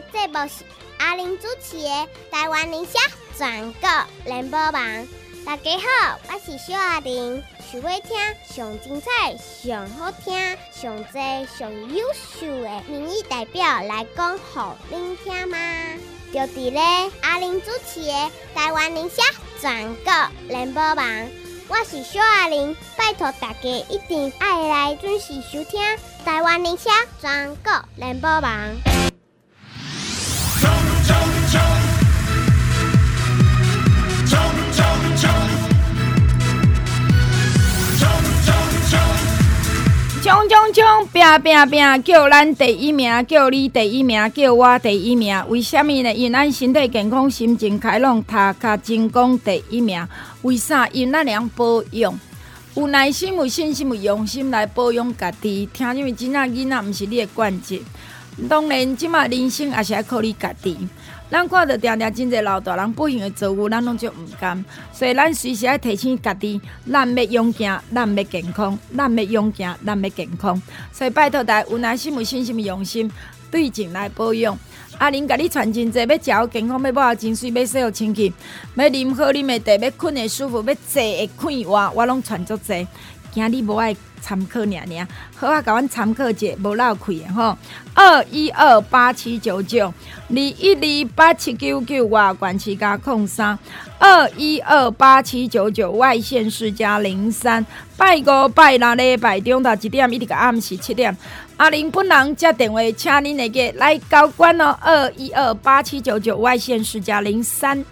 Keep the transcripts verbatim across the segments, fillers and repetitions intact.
节目是阿玲主持的台湾宁夏全国联播网。大家好，我是小阿玲。想要听上精彩、上好听、上多、上优秀的民意代表来讲给您听吗？就伫咧阿玲主持的台湾宁夏全国联播网。我是小阿玲，拜托大家一定爱来准时收听台湾宁夏全国联播网。冲冲冲！冲冲冲！ 冲冲冲！拼拼拼！叫咱第一名，叫你第一名，叫我第一名。为什么呢？因为咱身体健康、心情开朗、读卡成功第一名。为啥？因为咱能保养，有耐心、有信心、有用心来保养家己。听因为真仔囡仔毋是你的关节，当然即马人生也是要靠你家己。咱看到定定真侪老大人不幸的遭遇，咱拢就毋甘，所以咱随时要提醒家己，咱要勇敢，咱要健康，咱要勇敢，咱要健康。所以拜托大家有耐心、有信心、有用心，对症来保养。阿玲甲你传真济，要食好健康，要摸好真水，要洗好清气，要啉好啉的茶，要困的舒服，要坐的快活，我拢传足济。今日无爱参考尔尔，好啊，甲阮参考者，无漏气的吼。二一二八七九九，二一二八七九九，外管七加空三。二一二八七九九，外线是加零三。拜五拜六礼拜中昼一点，一直到暗时七点。阿玲本人接电话，请恁那个来交关哦。二一二八七九九，外线是加零三。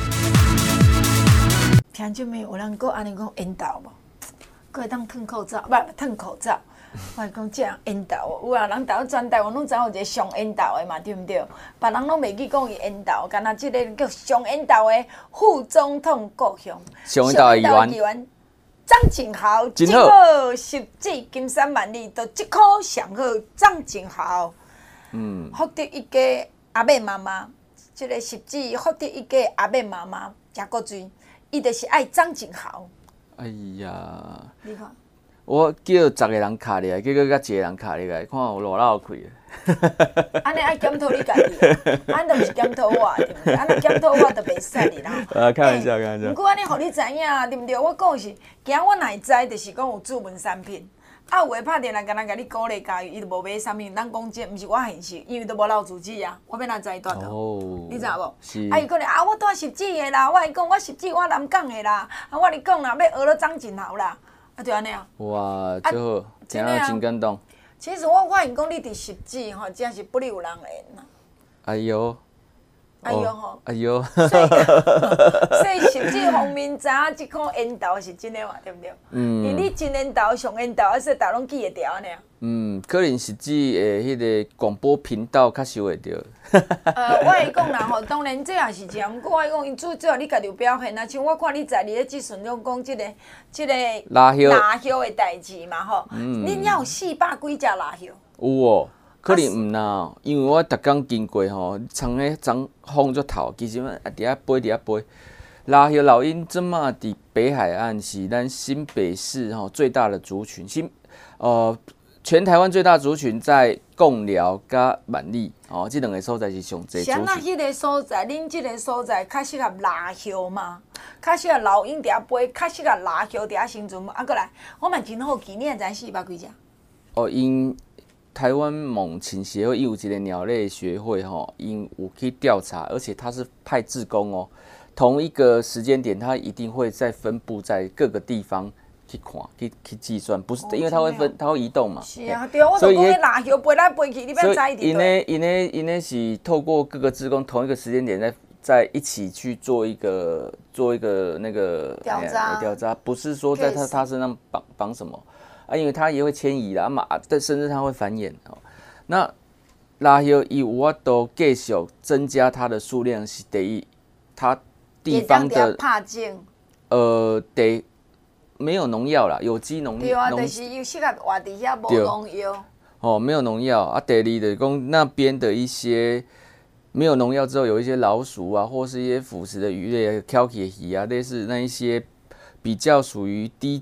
听众们，有人讲安尼讲引导无？佫会当脱口罩，不脱口罩。我讲这样引导，有啊，人台全台湾拢知有一个上引导的嘛，对毋对？别人拢袂去讲伊引导，干那即个叫上引导的副总统故乡。 上引导的议员张景豪， 真好，十指金山万里，都即颗上好，张景豪。嗯，福得一家阿妹妈妈，即、这个十指福得一家阿妹妈妈，真够水，伊就是爱张景豪。 哎呀！ 你看， 我叫十个人卡入来，结果甲一个人卡入来，看有偌老气的。 安尼爱检讨你家己，安都毋是检讨我，对毋对？安尼检讨我就袂使哩啦。 啊，开玩笑，开玩笑。 毋过安尼，互你知影，对毋对？我讲是，今我哪会知，就是讲有注文产品。啊，有诶拍电来，敢若甲你鼓励加油，伊就无买啥物。咱讲这毋是我现实，因为都无留住址啊，我要哪知大头？哦，你知影无？ 是。 啊，伊可能啊，我住十指诶啦，我会讲我十指我南港诶啦，啊，我咧讲啦，要学了张景豪啦，啊，就安尼啊。 哇，最好，真啊真感动。 其实我发现讲你伫十指吼，真是不留人缘啦。 哎呦。 哎呦吼！ 哎呦！ 所以，所以十指方面知影即颗引导是真诶嘛，对毋对？嗯。因为你真引导、上引导，啊，说大拢记会牢呢。 嗯，可能十指诶，迄个广播频道较收会着。 呃，我会讲啦吼，当然这也是这样。毋过我讲，因最最后你家己有表现啊，像我看你在你咧即阵拢讲即个、即个拉休拉休诶代志嘛吼。嗯。恁还有四百几只拉休？ 有哦。可能毋啦，因为我逐工经过吼，从迄昨风足透，其实我伫遐飞，伫遐飞。拉叶老鹰这么伫北海岸是咱新北市吼最大的族群，新呃全台湾最大族群在贡寮甲万里哦，这两个所在是上侪族群。 像迄个所在，恁即个所在较适合拉叶嘛？较适合老鹰伫遐飞，较适合拉叶伫遐生存嘛？啊，过来，我嘛真好奇，你会知四百几只？ 哦，因。台湾猛禽协会有一个鸟类学会吼，因有去调查，而且他是派志工哦，同一个时间点，他一定会再分布在各个地方去看、去去计算，不是、哦、因为它会分，它会移动嘛。 是啊，对啊，我就讲迄蜡叶飞来飞去，你要知一点。 因呢，因呢，因呢是透过各个志工同一个时间点在在一起去做一个做一个那个调查， 调查，不是说在他他身上绑绑什么。啊，因为它也会迁移啦，嘛，但甚至它会繁衍哦。那拉叶伊有法度继续增加它的数量是第一，它地方的拍种， 呃，第没有农药啦，有机农对啊，就是又适合活伫遐无农药。 哦，没有农药啊。第二就是讲那边的一些没有农药之后，有一些老鼠啊，或是一些腐蚀的鱼类、挑起的鱼啊，类似那一些比较属于低。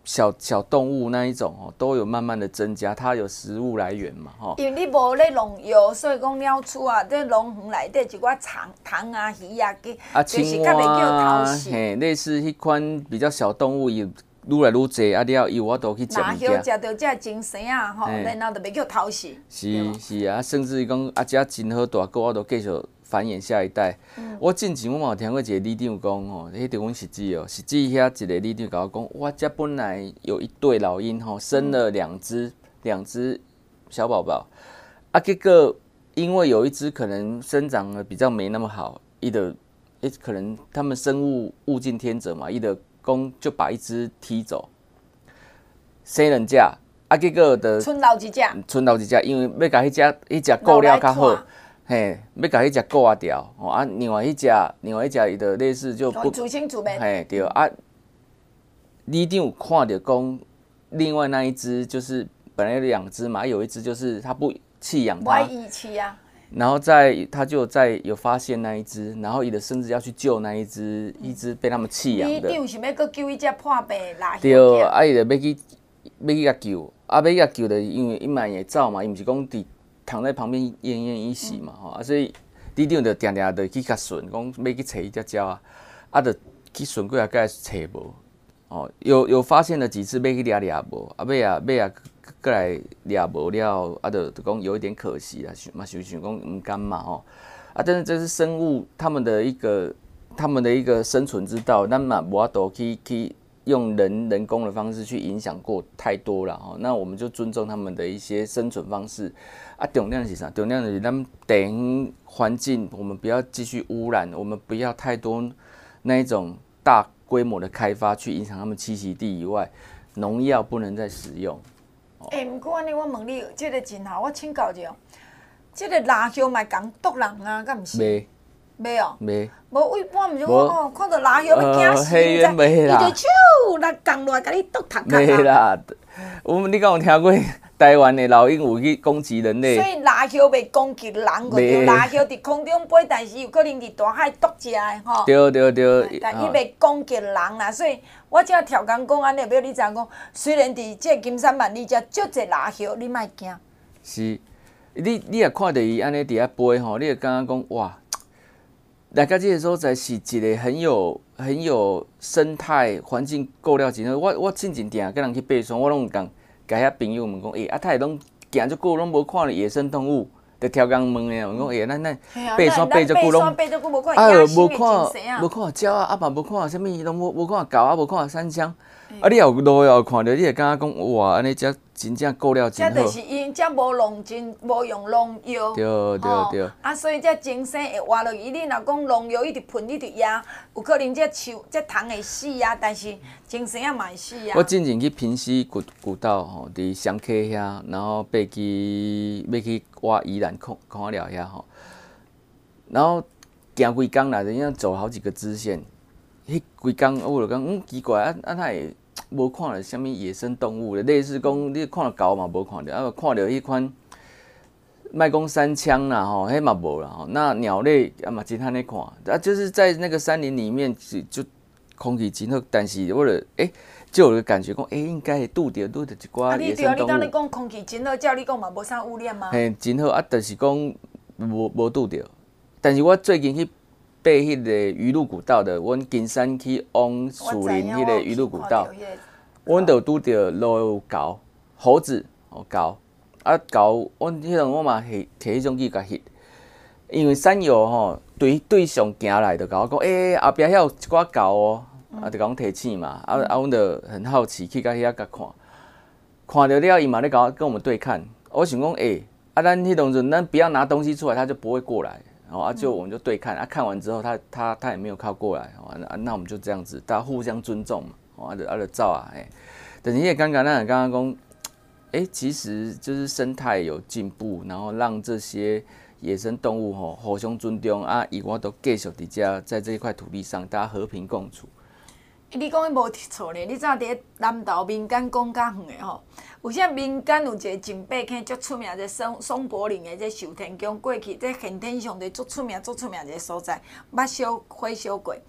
小小动物那一种哦，都有慢慢的增加，它有食物来源嘛，吼。 因为你无咧农药，所以讲鸟鼠啊，在农园内底一寡虫、虫啊、鱼啊， 啊， 就是较袂叫偷食。 嘿，类似迄款比较小动物，伊愈来愈济，啊了，伊我都去食物件。 哪晓食到这精神啊，吼，然后就袂叫偷食。 是是啊，甚至于讲啊，遮真好大个，我都继续繁衍下一代。嗯、我之前我嘛有听过一个里长讲吼，迄着阮实际哦，实际遐一个里长甲我讲，我遮本来有一对老鹰吼，生了两只两只小宝宝，啊，结果因为有一只可能生长得比较没那么好，伊的诶可能他们生物物竞天择嘛，伊的公就把一只踢走，生人家。啊，结果的剩留一只， 剩留一只，因为要甲迄只迄只顾了较好。嘿，要甲迄只顾啊掉，哦啊，另外迄只，另外迄只伊就类似就不， 自生自灭。 嘿，对啊，里长有看到讲，另外那一只就是本来有两只嘛，有一只就是他不弃养它， 不遗弃啊。 然后在他就在有发现那一只，然后伊的甚至要去救那一只，一只被他们弃养的。 里长想要搁救一只破病拉去。 对，啊，伊就要去要去甲救，啊，要去甲救的，因为伊嘛会走嘛，伊毋是讲伫。躺在旁边奄奄一息嘛，吼、嗯、啊，所以里长就定定就去甲寻，讲要去找迄只鸟啊，啊，就去寻过来，甲找无，哦，有有发现了几次，要去掠掠无，啊，尾啊尾啊，过来掠无了，啊，就就讲有一点可惜啦，嘛想想讲毋甘嘛，吼，啊，但是这是生物他们的一个他们的一个生存之道，咱嘛无法度去去用人人工的方式去影响过太多了，吼，那我们就尊重他们的一些生存方式。啊，重点是啥？重点就是咱地方环境，我们不要继续污染，我们不要太多那一种大规模的开发去影响他们栖息地以外，农药不能再使用。 诶、欸，毋过安尼，我问你，这个真好，我请教一下，这个蜡叶嘛共毒人啊，敢毋是？袂，袂哦。 袂。 无一般毋是讲哦，看到蜡叶要惊死， 你知？伊就咻来降落来，甲你毒头壳。 袂啦，我你敢有听过？台湾的老鹰有去攻击人类， 所以蜡叶袂攻击人，对，蜡叶伫空中飞，但是有可能伫大海毒食的吼。 对对对。 但伊袂攻击人啦，所以我只超工讲安尼，要你知影讲，虽然伫这金山万里遮足侪蜡叶，你莫惊。 是，你你也看到伊安尼伫遐飞吼，你会感觉讲哇，来到这个所在是一个很有很有生态环境够了真好。我我进前定跟人去爬山，我拢有讲。甲遐朋友问讲，诶、欸，啊，他拢行足久，拢无看到野生动物，就超工问诶，问讲，诶、欸，咱咱爬山爬足久拢，啊，无看无看鸟啊，啊嘛无看啥物，拢无无看狗啊，无看山羌，啊，你后路后看着，你会感觉讲，哇，安尼遮真正够了真好。 遮就是因遮无农真无用农药， 对对对。 啊，所以遮精生会活落去。你若讲农药一直喷一直压，有可能遮树遮虫会死啊，但是精生也嘛会死啊。 我之前去平溪古古道吼，伫双溪遐，然后爬去要去挖宜兰看看了遐吼，然后行规工啦，就像走好几个支线，迄规工我就讲，嗯，奇怪啊啊，哪会？无看到什物野生动物的，类似讲你看到狗嘛无看到，啊看到迄款，莫讲山羌啦吼，迄嘛无啦吼。那鸟类啊嘛真罕咧看，啊就是在那个山林里面就空气真好，但是我就诶、欸、就有个感觉讲，诶、欸、应该会拄着拄着一寡野生动物。啊，你对， 你当你讲空气真好，照你讲嘛无啥污染吗？ 嘿，真好啊，但是讲无无拄着，但是我最近去爬迄个鱼路古道的，阮金山去往树林迄个鱼路古道，阮就拄着路有狗、猴子、哦狗，啊狗，阮迄阵我嘛摕摕迄种去甲翕，因为山友吼对对上行来就甲我讲，诶、欸、后壁遐有一寡狗哦，啊就甲阮提醒嘛，啊啊阮就很好奇去甲遐甲看，看到了伊嘛咧甲我跟我们对看，我想讲诶、欸，啊咱迄当阵咱不要拿东西出来，他就不会过来。哦啊，就我们就对看啊，看完之后他他他也没有靠过来，哦啊，那我们就这样子，大家互相尊重嘛，哦啊就啊就照啊，哎，但是你也刚刚那刚刚讲，哎，其实就是生态有进步，然后让这些野生动物吼互相尊重啊，以我都继续伫遮在这一块土地上，大家和平共处。 你讲的无错咧，你知影伫南投民间讲较远的吼，有啥民间有一个前八坑足出名，一个松松柏林的这寿天宫过去，这现天上的足出名、足出名一个所在，捌小火烧过。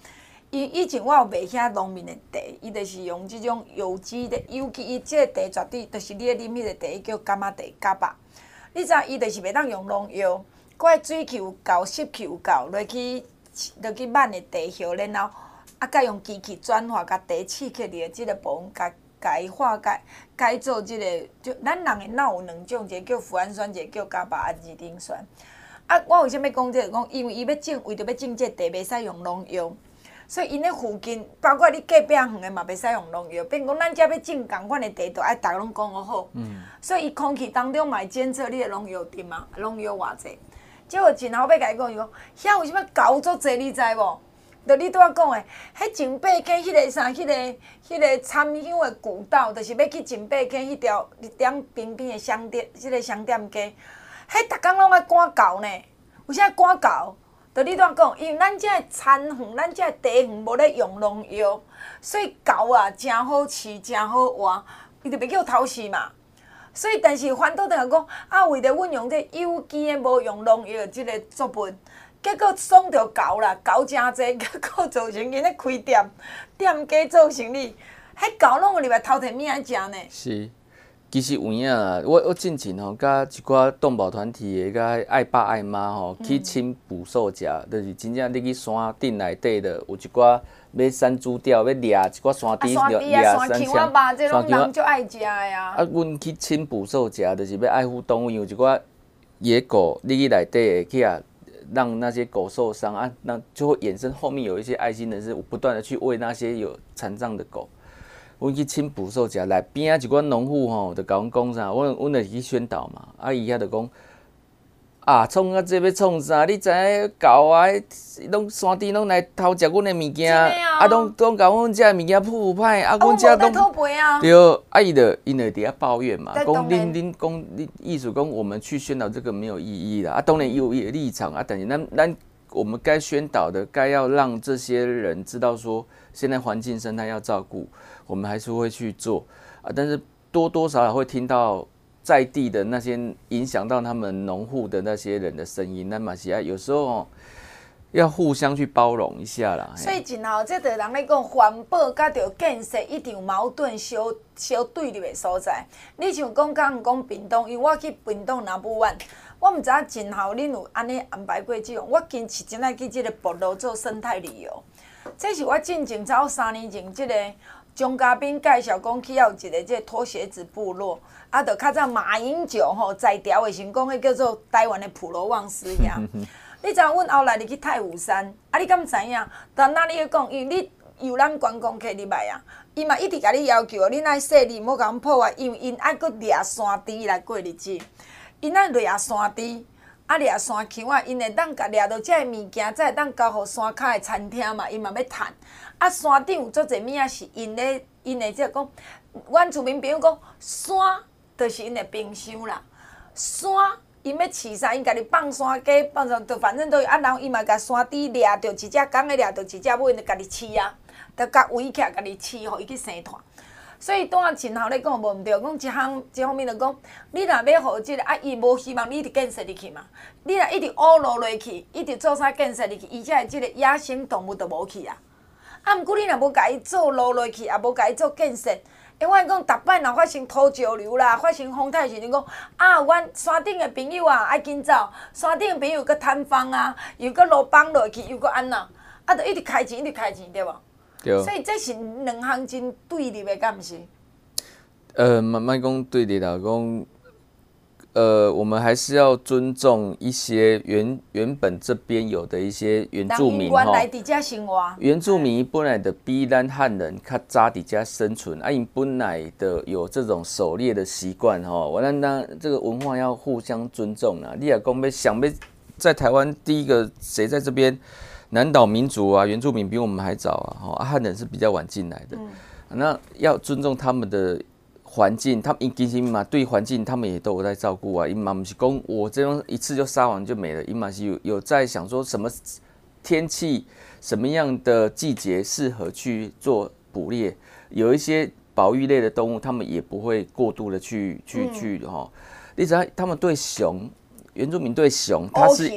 以以前我有卖遐农民的茶，伊就是用即种有机的，有机伊即个茶绝对就是你咧啉迄个茶，伊叫柑仔茶柑仔。你知伊就是袂当用农药，过水气有够，湿气有够，落去落去挽的茶叶，然后啊，甲用机器转化，甲茶刺激的即个部分，甲甲伊化解改做即、这个，就咱人的脑有两种，一个叫脯氨酸，一个叫伽巴胺二丁酸。啊，我为什物讲这个？讲因为伊要种，为着要种这茶，袂使用农药。所以因咧附近，包括你隔壁远的嘛，袂使用农药。变讲咱遮要种共款的地，都爱逐个拢讲好。嗯。所以伊空气当中嘛会监测你的农药值嘛，农药偌济。结果真后要甲伊讲，伊讲遐有啥物狗足济，你知无？就你拄仔讲的，迄前八溪迄个啥，迄、那个、迄、那个参香的古道，就是要去前八溪迄条点边边的商店，迄、那个商店街，迄逐工拢爱赶狗呢。为啥赶狗？就你拄仔讲，因为咱遮的田园，咱遮的茶园无咧用农药，所以狗啊真好饲，真好活，伊就袂叫偷食嘛。所以，但是反倒等下讲，啊，为着阮用这有机的无用农药的即个作物，结果爽着狗啦，狗真济，结果造成因咧开店，店家做生意，迄狗拢有入来偷摕物仔食呢。 是。其实有影啦，我我进前吼，甲一寡动保团体的，甲爱爸爱妈吼，去亲捕兽夹，就是真正你去山顶内底的，有一寡要山猪钓，要掠一寡山猪掠山枪， 山枪，这拢人足爱食的啊。 啊，阮去亲捕兽夹，就是要爱护动物，有一寡野狗，你去内底去啊，让那些狗受伤啊，那就会衍生后面有一些爱心人士不断的去喂那些有残障的狗。阮去亲捕兽夹，内边啊一寡农户吼，就甲阮讲啥，阮阮就去宣导嘛，啊伊遐就讲，啊创啊这要创啥？你知影狗啊，拢山顶拢来偷食阮的物件，啊拢拢甲阮遮物件腐歹，啊阮遮拢对，啊伊就因就伫遐抱怨嘛，讲恁恁讲恁意思讲我们去宣导这个没有意义啦，啊当然有伊的立场啊，但是咱咱我们该宣导的，该要让这些人知道说，现在环境生态要照顾。我们还是会去做啊，但是多多少少会听到在地的那些影响到他们农户的那些人的声音，那嘛是啊，有时候、哦、要互相去包容一下啦。 所以真好，这就人咧讲环保甲着建设一定有矛盾相相对立的所在。你像讲刚讲屏东，因为我去屏东南部湾，我毋知影真好，恁有安尼安排过这种。我今次真爱去这个部落做生态旅游，这是我进前早三年前这个。钟嘉宾介绍讲去要有一个这拖鞋子部落，啊，就较早马英九吼在调的时讲，迄叫做台湾的普罗旺斯呀。你知影阮后来入去太湖山，啊，你敢知影？当那你去讲，因为你游览观光客入来啊，伊嘛一直甲你要求，恁爱细腻，莫甲阮破坏，因为因爱佫掠山猪来过日子，因爱掠山猪。啊，掠山丘啊，因会当甲掠到遮个物件，才会当交互山骹的餐厅嘛，因嘛要趁。啊，山顶有足侪物仔是因咧，因会即讲，阮厝边朋友讲，山就是因的冰箱啦。山因要饲啥，因家己放山鸡，放上就反正都有啊，然后伊嘛甲山猪掠着一只公的掠着一只母，因就家己饲啊，就甲围起来家己饲，互伊去生团。所以当下前后咧讲无毋对，讲一项一方面就讲，你若要互即个啊，伊无希望你一直建设入去嘛。你若一直乌路落去，一直做啥建设入去，伊才会即个野生动物就无去啊。啊，毋过你若无甲伊做路落去，也无甲伊做建设，因为讲逐摆若发生土石流啦，发生风台时阵讲啊，阮山顶的朋友啊，爱紧走，山顶的朋友搁坍方啊，又搁落崩落去，又搁安那，啊，就一直开钱，一直开钱，对无？所以这是两项真对立的，敢毋是？ 呃，慢慢讲对立啦，讲呃，我们还是要尊重一些原原本这边有的一些原住民哈。原来伫遮生活。 原住民本来的比咱汉人较早伫遮生存，啊，因本来的有这种狩猎的习惯哈，我咱当这个文化要互相尊重啦。你也讲要想要在台湾第一个谁在这边？南岛民族啊，原住民比我们还早啊，啊汉人是比较晚进来的，嗯、那要尊重他们的环境，他们其实嘛对环境他们也都有在照顾啊，因嘛不是讲我这样一次就杀完就没了，因嘛是有有在想说什么天气、什么样的季节适合去做捕猎，有一些保育类的动物，他们也不会过度的去去去哈、嗯，你知道他们对熊，原住民对熊，它是。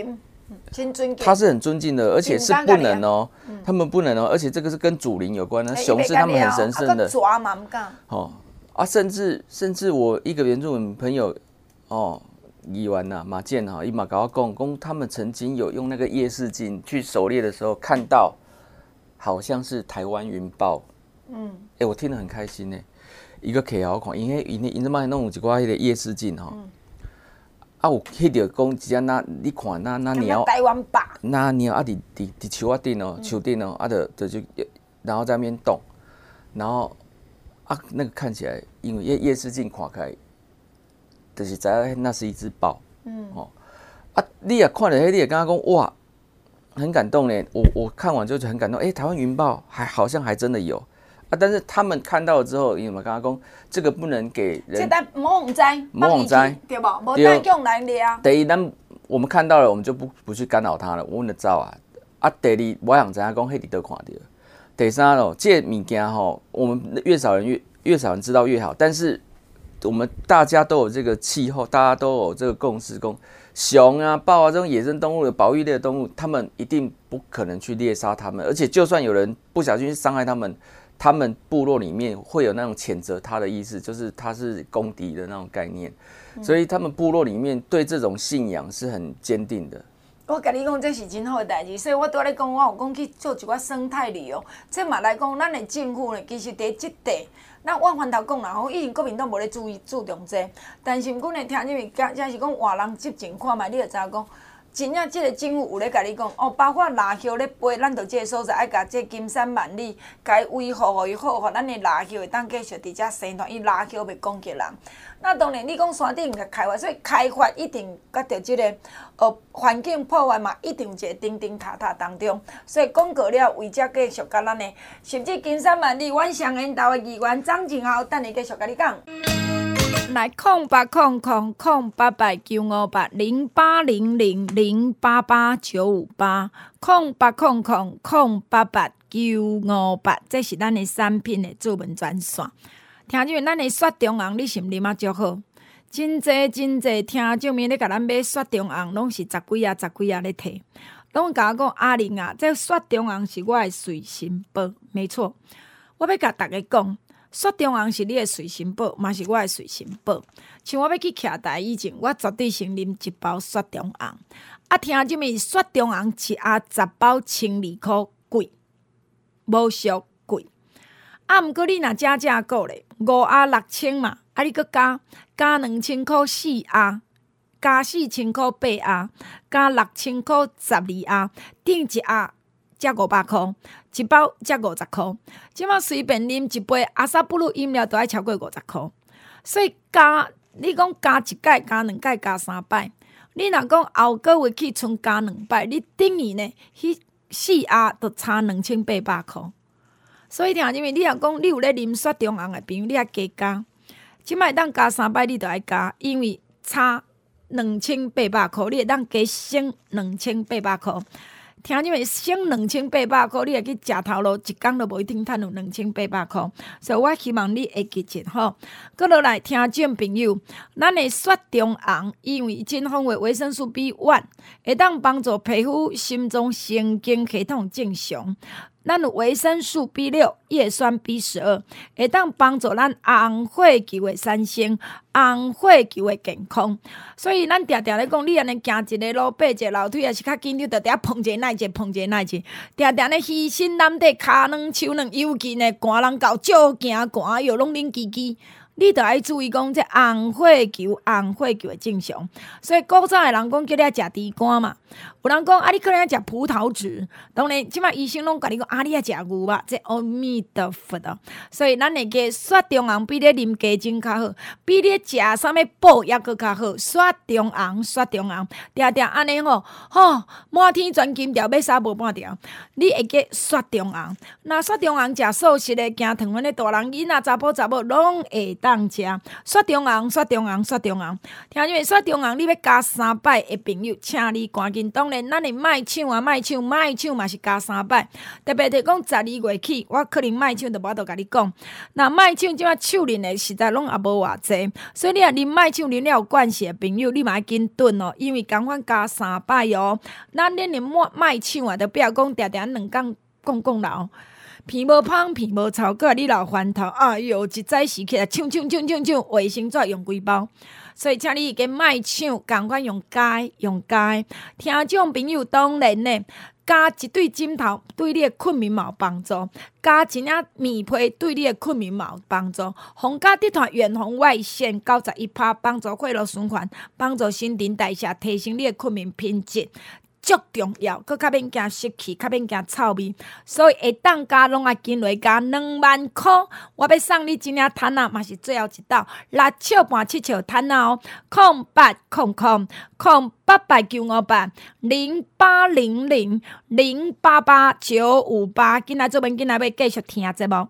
真尊敬， 他是很尊敬的，而且是不能哦、嗯，他们不能哦、喔，而且这个是跟祖灵有关的，熊是他们很神圣的。 抓嘛唔敢。 哦啊，甚至甚至我一个原住民朋友哦，议员呐马健哈，伊嘛跟我讲，讲他们曾经有用那个夜视镜去狩猎的时候，看到好像是台湾云豹。嗯，哎、欸，我听得很开心呢。一个客好看，因为因因这摆弄有一寡迄个夜视镜吼。嗯啊，有翕到讲一只那，你看那那鸟， 台湾霸， 那鸟啊，伫伫伫树啊顶哦，树顶哦，啊，就就就，然后在那边动，然后啊，那个看起来，因为夜夜视镜看开，就是知影那是一只豹，嗯，哦，啊，你也看了迄，你也刚刚讲哇，很感动呢。我我看完就很感动，哎、欸，台湾云豹还好像还真的有。啊！但是他们看到了之后，因为我们刚刚讲，这个不能给人。 这单魔王灾， 魔王灾， 对不？无带用来掠。 第一，咱我们看到了，我们就不不去干扰他了，我们就走啊。啊，第二，我想知影讲，迄伫倒看到。第三咯，这物件吼，我们越少人越越少人知道越好。但是我们大家都有这个气候，大家都有这个共识，共熊啊、豹啊这种野生动物的保育类的动物，他们一定不可能去猎杀它们，而且就算有人不小心去伤害它们。他们部落里面会有那种谴责他的意思，就是他是公敌的那种概念，所以他们部落里面对这种信仰是很坚定的。 我甲你讲，这是真好的代志，所以我拄仔咧讲，我有讲去做一寡生态旅游，这嘛来讲，咱的政府呢，其实伫即块，咱我翻头讲啦吼，以前国民党无咧注意注重这，但是毋过呢，听入去，假假是讲换人执政看卖，你就知影讲。真正即个政府有咧甲你讲哦，包括腊肉咧飞，咱着即个所在爱甲即金山万里，甲伊维护，互伊好，互咱的腊肉会当继续伫遮生存，伊腊肉袂攻击人。那当然，你讲山顶甲开发，所以开发一定甲着即个呃环境破坏嘛，一定有一个钉钉塔塔当中。所以讲过了，为遮继续甲咱的，甚至金山万里，阮上缘投的议员张静豪，等伊继续甲你讲。来空八空空空八八九五八零八零零零八八九五八空八空空空八八九五八，这是咱的产品的主文专线。听众，咱的雪中红你是毋啉啊足好？真济真济听众面咧甲咱买雪中红，拢是十几啊十几啊咧摕，拢甲我讲阿玲啊，这雪中红是我的随身宝，没错。我要甲大家讲。雪中红是你的随身宝，嘛是我的随身宝。像我要去徛台以前，我绝对先啉一包雪中红。啊，听即物雪中红一盒十包千二箍贵，无俗贵。啊，毋过你若正正购咧，五盒六千嘛，啊，你搁加加两千箍四盒，加四千箍八盒，加六千箍十二盒，顶一盒才五百箍。一包才五十箍，即马随便啉一杯阿萨布鲁饮料都要超过五十箍，所以加你讲加一摆、加两摆、加三摆，你若讲后个月去剩加两摆，你等于呢，迄四盒就差两千八百箍。所以听入面，你若讲你有咧啉雪中红的朋友，你也加加，即摆当加三摆，你就爱加，因为差两千八百箍，你会当加省两千八百箍。听入面省两千八百箍，你会去食头路，一工都无一定趁有两千八百箍。所以我希望你会记住吼。搁落来听众朋友，咱的雪中红，因为真丰富维生素 B 一，会当帮助皮肤、心脏、神经系统正常。咱有维生素 B 六、叶酸 B 十二，会当帮助咱红血球的产生、红血球的健康。所以咱常常咧讲，你安尼行一个路，爬一个楼梯，也是较紧张，就伫遐碰一个耐一个，碰一个耐一个，常常咧牺牲咱底骹软、手软，尤其呢寒人到少行寒，又拢冷叽叽。你着爱注意讲，这红血球、红血球的正常。所以古早的人讲叫你食猪肝嘛，有人讲啊，你可能要食葡萄籽。当然，即摆医生拢甲你讲啊，你要食牛肉，这阿弥陀佛哦。所以咱会加雪中红比咧啉鸡精较好，比咧食啥物补药阁较好。雪中红，雪中红，定定安尼吼，吼满天钻金条，要杀无半条。你会加雪中红，那雪中红食素食的，行糖分的大人、囡仔、查甫查某拢会当食。雪中红，雪中红，雪中红。听见雪中红，你要加三摆的朋友，请你赶紧。当然，咱的卖抢啊，卖抢，卖抢嘛是加三摆。特别是讲十二月起，我可能卖抢就无度甲你讲。那卖抢即摆手啉的实在拢也无偌济，所以你若啉卖抢啉了有惯势的朋友，你嘛要紧炖哦，因为共款加三摆哦。咱恁的卖卖抢啊，就不要讲定定两工讲讲老。鼻无芳，鼻无臭，搁你老烦头，哎哟，一早时起来抢抢抢抢抢，卫生纸用几包？所以请你跟卖抢，共款用加用加。听众朋友当然呢，加一对枕头对你的困眠嘛有帮助，加一领棉被对你的困眠嘛有帮助。红加地团远红外线九十一趴，帮助血液循环，帮助新陈代谢，提升你的困眠品质。足重要，佮较免惊湿气，较免惊臭味，所以会当加拢爱紧落加两万块。我要送你一领毯仔，嘛是最后一道六笑半七笑毯仔哦，空八空空空八八九五八零八零零零八八九五八。今仔做文，今仔要继续听节目。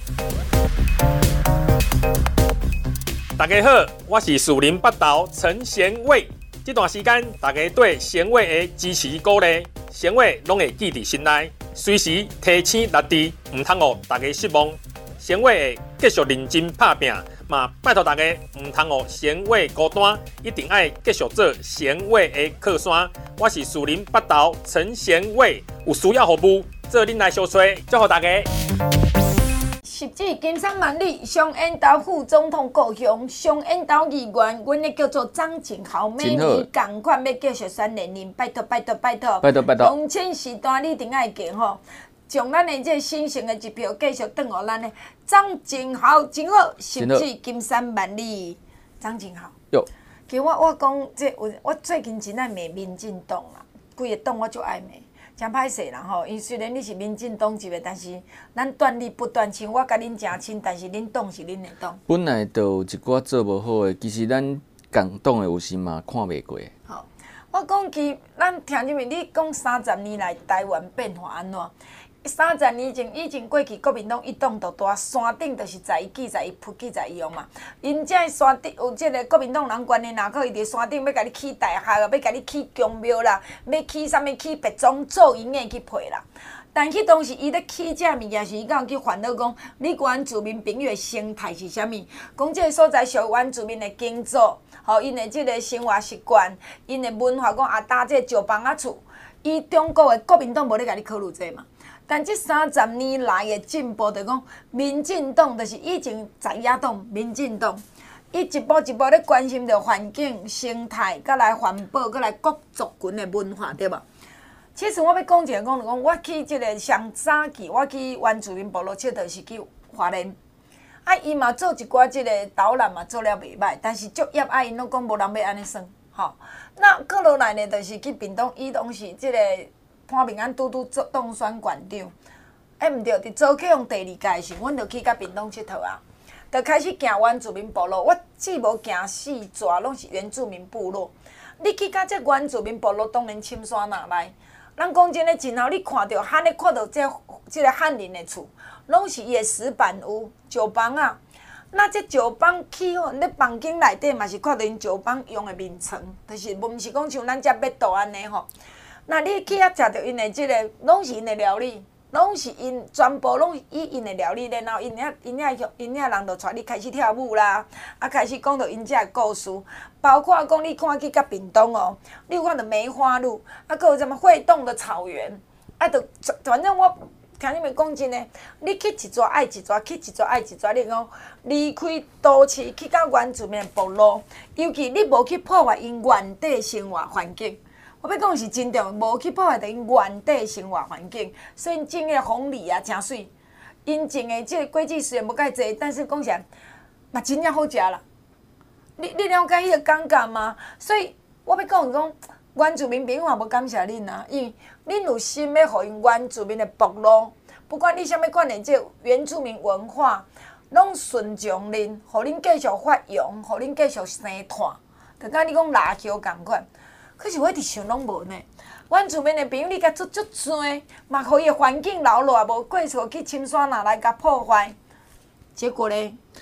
大家好，我是树林八斗陈贤伟。这段时间，大家对贤伟的支持鼓励，贤伟拢会记伫心内，随时提醒力治，唔通互大家失望。贤伟会继续认真拍拼，嘛拜托大家唔通互贤伟孤单，一定爱继续做贤伟的靠山。我是树林八斗陈贤伟，有需要服务，做恁来相找，祝福大家。 十指金山万里，上演到副总统故乡，上演到议员，阮咧叫做张景豪美女，共款要继续选连任，拜托拜托拜托， 拜托拜托。 当选时段你一定爱行吼，将咱的这新型的一票继续转互咱的张景豪，真好，十指金山万里，张景豪。 哟， 其实我我讲这我我最近真爱骂民进党啦，规个党我就爱骂。真歹势啦吼，因虽然你是民进党一个，但是咱断理不断亲，我甲恁诚亲，但是恁党是恁的党。 本来就有一寡做无好的，其实咱共党的有时嘛看袂过。 好，我讲其咱听入面，你讲三十年来台湾变化安怎？三十年前以前过去，国民党一党独大，山顶就是在伊记在伊扑记在伊用嘛。因这山顶有即个国民党人观念，若可伊伫山顶要甲你起大厦啊，要甲你起宫庙啦，要起啥物起别种做营业去配啦。但迄当时伊咧起这物件时，伊敢有去烦恼讲，你原住民朋友的生态是啥物？讲这个所在属原住民的建筑，吼，因的即个生活习惯，因的文化，讲啊搭这石房仔厝，伊中国的国民党无咧甲你考虑这嘛。但这三十年来的进步，就讲民进党就是以前在野党，民进党，伊一步一步咧关心着环境、生态，佮来环保，佮来各族群的文化，对无？其实我要讲一个，讲就讲，我去即个上早期，我去原住民部落佚佗是去花莲，啊，伊嘛做一寡即个导览嘛，做了袂歹，但是足业啊，因拢讲无人要安尼算，吼。那过落来呢，就是去屏东，伊当时即个。潘平安拄拄做当选县长，哎，毋对，伫早起用第二届时，阮就去甲屏东佚佗啊，就开始行原住民部落。我只无行四逝，拢是原住民部落。你去甲这原住民部落，当然深山哪来？咱讲真诶，真后你看到汉，你看到这这个汉人诶厝，拢是伊诶石板屋、石房啊。那这石房起好，咧房间内底嘛是看到因石房用诶面床，就是毋是讲像咱遮马道安尼吼。那你去遐食着因的即个，拢是因的料理，拢是因全部拢以因的料理，然后因遐因遐因遐人就带你开始跳舞啦，啊开始讲着因遮的故事，包括讲你看去甲屏东哦，你有看到梅花鹿，啊，佫有什么会动的草原，啊，就反正我听你们讲真诶，你去一撮爱一撮，去一撮爱一撮，你讲离开都市去到原住民的部落，尤其你无去破坏因原地生活环境。我要讲是真重要，无去破坏着因原地生活环境，所以种个红梨啊，真水。因种的即个果子虽然无介济，但是讲啥，嘛真正好食啦。你你了解迄个感觉吗？所以我要讲讲，原住民朋友也无感谢恁啊，因为恁有心要互因原住民的部落，不管你啥物款的即原住民文化，拢顺从恁，互恁继续发扬，互恁继续生团，就甲你讲拉桥共款。可是我一直想拢无呢，原住民的朋友你甲做足多，嘛互伊的环境留落，无过错去深山哪来甲破坏，结果咧？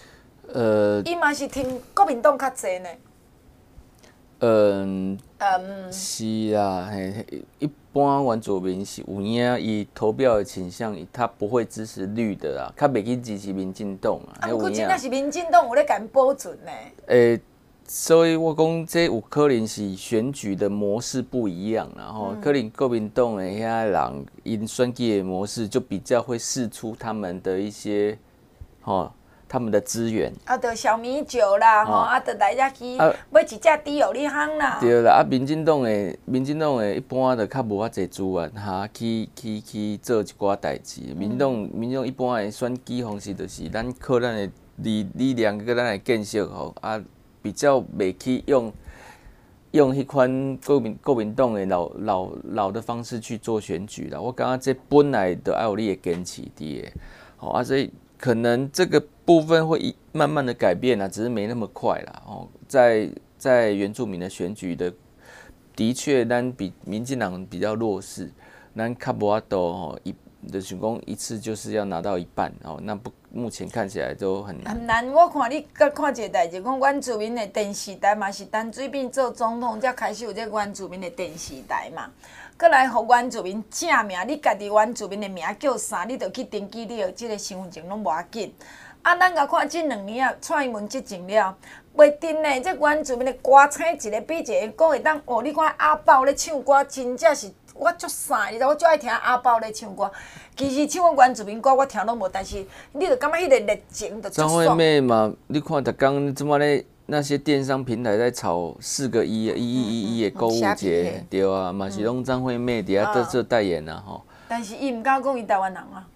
呃， 伊嘛是听国民党较济呢。 嗯， 嗯， 是啊，嘿，一般原住民是有影伊投票的倾向，他不会支持绿的啦，较袂去支持民进党啊。 啊，不过真正是民进党有咧甲因保存呢。 诶、欸，所以我讲这有可能是选举的模式不一样啦，吼、嗯，可能国民党的遐人因选举的模式就比较会释出他们的一些，吼。他们的资源啊，着小米酒啦，吼、哦，啊，着来遮去买一只猪互你烘啦。 对啦，啊，民进党的民进党的一般着较无遐济资源哈，去去去做一寡代志。民进党民进党一般的选举方式，就是咱靠咱的理理念跟咱的建设吼，啊，比较袂去用用迄款国民国民党的老老老的方式去做选举啦。我感觉这本来就要有你的坚持伫的，吼啊，所以可能这个部分会慢慢的改变啦，只是没那么快啦。哦，在在原住民的选举的，的确，咱比民进党比较弱势，咱较无法度吼一的想讲一次就是要拿到一半哦，那不目前看起来都很难。 很难，我看你甲看一个代志，讲原住民的电视台嘛是陈水扁做总统才开始有这原住民的电视台嘛。搁来，互原住民正名，你家己原住民的名叫啥，你着去登记你的即个身份证拢无要紧。啊，咱甲看即两年啊，蔡英文执政了，袂定呢，这原住民的歌星一个比一个讲会当哦，你看阿豹咧唱歌，真正是我足傻，你知我足爱听阿豹咧唱歌。其实唱我原住民歌我听拢无，但是你着感觉迄个热情着足爽。 张惠妹嘛，你看逐工即马咧。那些电商平台在炒四个一一一一一的购物节，对啊，嘛是拢张惠妹底下在做代言啊，吼。 但是伊唔敢讲伊台湾人啊。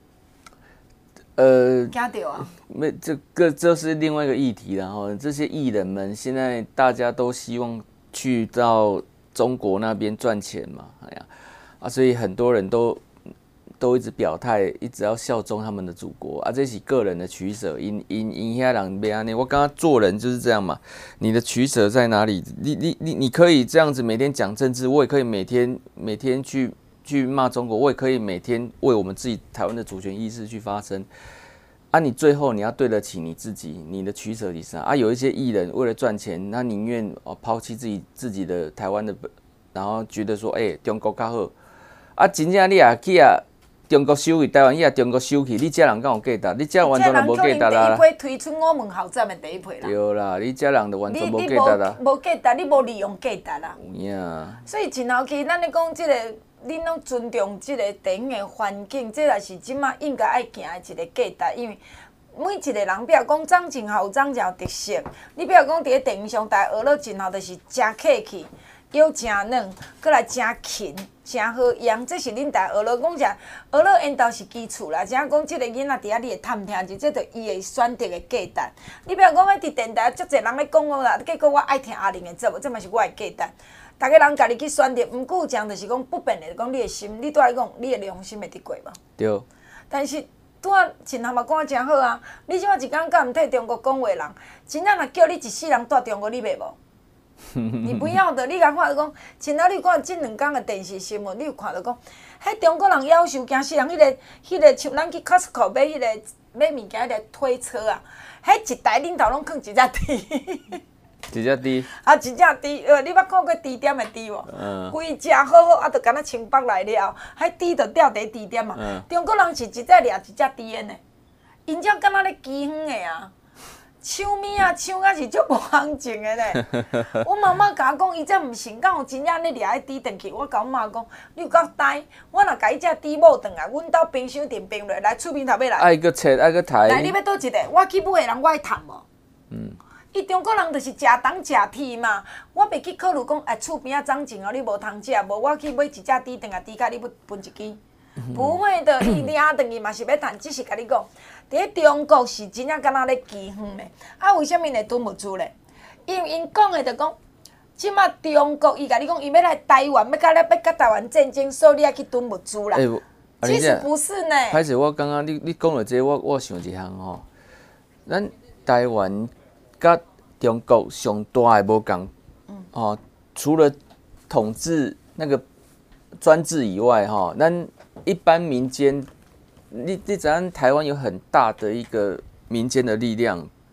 呃， 惊到啊！ 没，这个这是另外一个议题啦，吼。这些艺人们现在大家都希望去到中国那边赚钱嘛，哎呀，啊，所以很多人都。都一直表态，一直要效忠他们的祖国啊！这是个人的取舍，因因因遐人别安尼。我刚刚做人就是这样嘛，你的取舍在哪里？你你你你可以这样子每天讲政治，我也可以每天每天去去骂中国，我也可以每天为我们自己台湾的主权意识去发声。啊，你最后你要对得起你自己，你的取舍是啥？啊，有一些艺人为了赚钱，他宁愿哦抛弃自己自己的台湾的，然后觉得说，哎、欸，中国较好。啊，真正你也去啊！中国收去，台湾也中国收去，你这人敢有价值？你这完全就无价值啦！ 第一批推出我们校站的第一批啦。 对啦，你这人就完全无价值啦。 无价值，你无利用价值啦。 有影。 所以真后期，咱咧讲即个，恁拢尊重即个电影的环境，这也是即马应该爱行的一个价值，因为每一个人，比如讲长真好，长真有特色。你比如讲伫咧电影上台，学了真好，就是真客气。腰真软，搁来真勤，真好养，这是恁大学了讲啥？学了缘投是基础啦。怎讲？即个囡仔伫遐你会探听者，这着伊会选择的价值。你比如讲，迄伫电台，足侪人咧讲我啦，结果我爱听阿玲的节目，这嘛是我的价值。逐个人家己去选择，毋过讲就是讲不变的，讲你的心，你拄仔讲，你的良心会得过无？ 对。 但是拄仔陈涵嘛讲啊真好啊！你即摆一工敢毋替中国讲话人，真正若叫你一世人住中国，你袂无？你不要的，你甲看讲，前头你看即两天的电视新闻，你有看到讲，迄中国人要求惊死人，迄、那个、迄、那个像咱去 Costco 买迄、那个买物件迄个推车啊，迄一台顶头拢放一只猪， 一只猪， 啊，一只猪，呃，你捌看过猪点的猪无？嗯。规只好好，啊，着敢若清北来了，迄猪着吊伫猪点嘛。嗯。中国人是一只掠一只猪的呢，因只敢若咧饥荒的啊。抢物啊，抢啊是足无行情的咧。我妈妈甲我讲，伊这毋信，敢有真正咧掠迄猪转去？我甲我妈讲，你有够呆！我若甲伊只猪母转来，阮兜冰箱电冰落来，厝边头要来。爱搁切，爱搁抬。 来，你要倒一个？我去买的人，我爱趁无？嗯。伊中国人就是食东食铁嘛，我袂去考虑讲，哎，厝边仔长种哦，你无通食，无我去买一只猪转来，猪甲你要分一支。不会的，伊掠转去嘛是要趁，只是甲你讲，伫咧中国是真正敢若咧饥荒咧。啊，为什么会囤物资咧？因为因讲的就讲，即马中国伊甲你讲，伊要来台湾，要甲咧要甲台湾战争，所以你要去囤物资啦。欸、其实不是呢。 歹势，我刚刚你你讲到这個，我我想一项吼，咱台湾甲中国上大的无共，嗯、哦，除了统治那个专制以外，哈，咱一般民间，你你知影台湾有很大的一个民间的力量，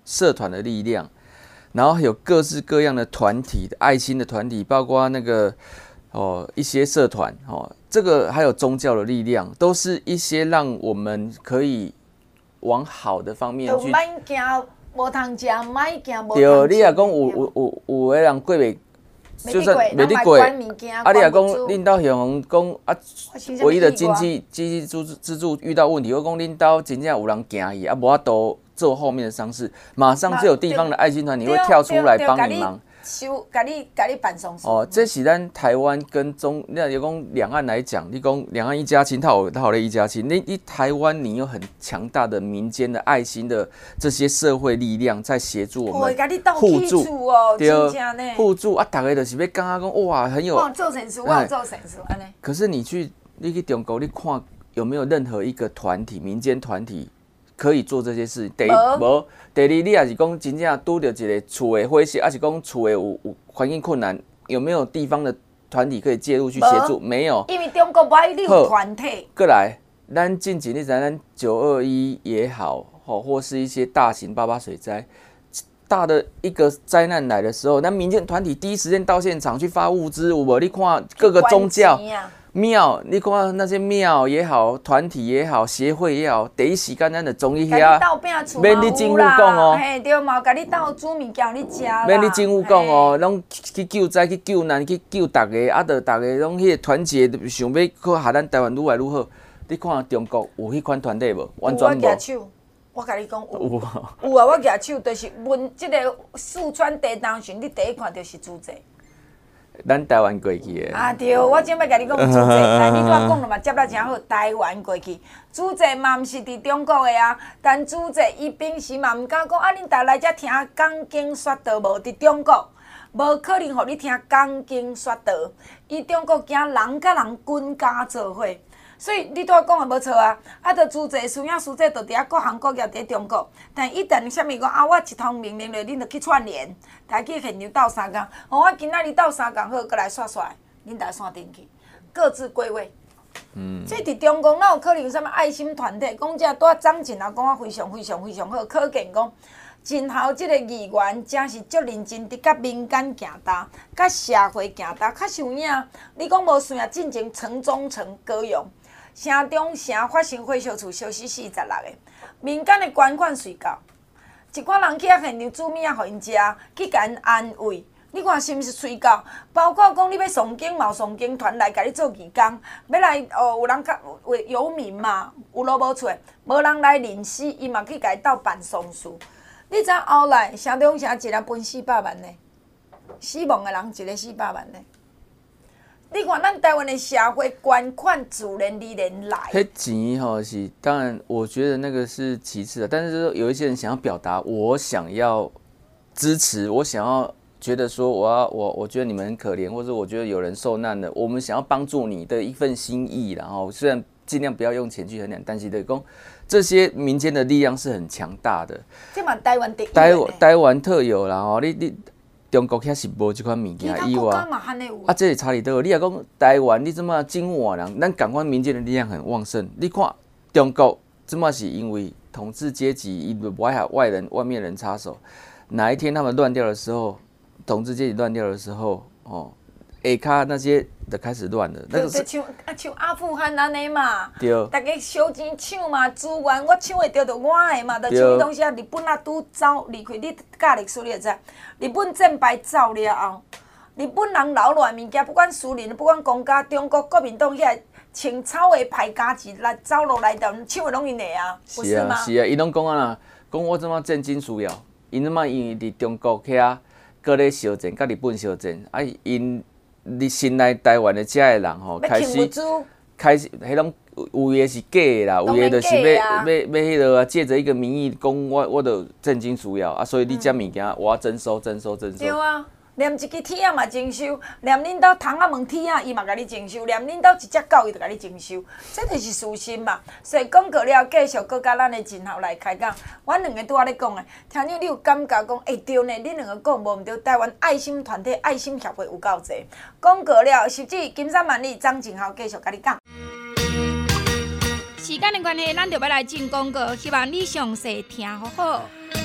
社团的力量，然后还有各式各样的团体的爱心的团体，包括那个哦一些社团哦，这个还有宗教的力量，都是一些让我们可以往好的方面去。 就免惊无通食，莫惊无通对，你若讲有有有有个人过袂。就算袂你过，啊！你若讲恁兜向讲啊，唯一的经济经济支支柱遇到问题，我讲恁兜真正有人行去，啊，无法度做后面的丧事，马上就有地方的爱心团体会跳出来帮你忙。 收，甲你甲你办丧事。 哦，这是咱台湾跟中，你若讲两岸来讲，你讲两岸一家亲，它有它有咧一家亲。你你台湾你有很强大的民间的爱心的这些社会力量在协助我们互助哦， 对，互助啊，大家就是要感觉讲哇很有。 我做善事，我做善事，安尼。 可是你去你去中国，你看有没有任何一个团体、民间团体？可以做这些事，第一无，第二你也是讲真正拄到一个厝的火势，还是讲厝的有有环境困难，有没有地方的团体可以介入去协助？没有， 因为中国不爱你有团体。 过来，咱近几年咱九二一也好，吼，或是一些大型八八水灾，大的一个灾难来的时候，那民间团体第一时间到现场去发物资，有无？你看各个宗教。庙，你看那些庙也好，团体也好，协会也好，第一时间咱就总去遐，免你政府讲哦， 嘿对嘛，甲你斗煮物件你食啦， 免你政府讲哦，拢去救灾、去救难、去救大家，啊，着大家拢迄个团结，想要靠下咱台湾愈来愈好。你看中国有迄款团体无？完全无。 我举手，我甲你讲有，有啊，我举手，就是问即个四川地震时，你第一看就是主席。 咱台湾过去的啊对，我正要甲你讲主席，但你拄仔讲了嘛，接了真好。台湾过去，主席嘛毋是伫中国的啊，但主席伊平时嘛毋敢讲啊，恁台来遮听讲经说道无？伫中国，无可能互你听讲经说道。伊中国惊人甲人滚家做伙，所以你拄仔讲的无错啊。啊，着主席、司长、书记着伫遐各行各业伫中国，但一旦啥物讲啊，我一通命令落，恁着去串联。来去现场斗三工，哦，我今仔日斗三工好，过来刷刷，恁来线顶去，各自归位。嗯，这伫中国哪有可能有啥物爱心团体？讲这拄仔张静也讲啊，非常非常非常好，可见讲今后即个议员真是足认真伫甲民间行搭，甲社会行搭，较有影。你讲无算啊，进前城中城高雄，城中城发生火烧厝，烧死四十六个，民间的捐款随到。一寡人去遐现场煮物仔，互因食，去甲因安慰。你看是毋是随到？包括讲你要诵经，嘛有诵经团来甲你做义工，要来哦，有人较为游民嘛，有路无厝，无人来临死，伊嘛去甲伊斗办丧事。你知后来城中城一个分四百万呢，死亡的人一个四百万呢。你看，咱台湾的社会捐款自然而然来。 迄钱吼是，当然，我觉得那个是其次的。但是说有一些人想要表达，我想要支持，我想要觉得说，我要我我觉得你们很可怜，或者我觉得有人受难了，我们想要帮助你的一份心意。然后虽然尽量不要用钱去衡量，但是对讲这些民间的力量是很强大的。 这嘛台湾特有台台湾特有啦吼，你你。中国遐是无即款物件以外，啊，这是差伫倒。你若讲台湾，你即马政府换人，咱港湾民间的力量很旺盛。你看中国，即马是因为统治阶级伊不爱外人、外面人插手。哪一天他们乱掉的时候，统治阶级乱掉的时候，哦，下骹那些就开始乱了。 那个是像啊像阿富汗安尼嘛， 对， 大家烧钱抢嘛，资源我抢会着就我的嘛，就像东西啊，日本啊拄走离开，你教历史你会知，日本战败走了后，日本人留落来物件，不管私人，不管公家，中国国民党遐穿草的派家子来走落来，就抢的拢因的啊，不是吗？ 是啊，伊拢讲啊啦，讲我怎么战争需要，因怎么因为伫中国遐，搁咧烧战，甲日本烧战，啊因。你新来台湾的遮个人吼，开始开始，迄种有诶是假的啦，有诶就是要要要迄落啊，借着一个名义讲我我著震惊需要啊，所以你遮物件我要征收征收征收。 对啊，连一支铁仔嘛征收，连恁兜窗仔门铁仔伊嘛甲你征收，连恁兜一只狗伊就甲你征收，这就是事实嘛。所以讲过了，继续搁甲咱的真后来开讲。阮两个拄仔咧讲的，听你你有感觉讲会对呢？恁两个讲无毋对，台湾爱心团体、爱心协会有够济。讲过了，实质金山万里张静豪继续甲你讲。 时间的关系，咱就要来进广告，希望你详细听好好。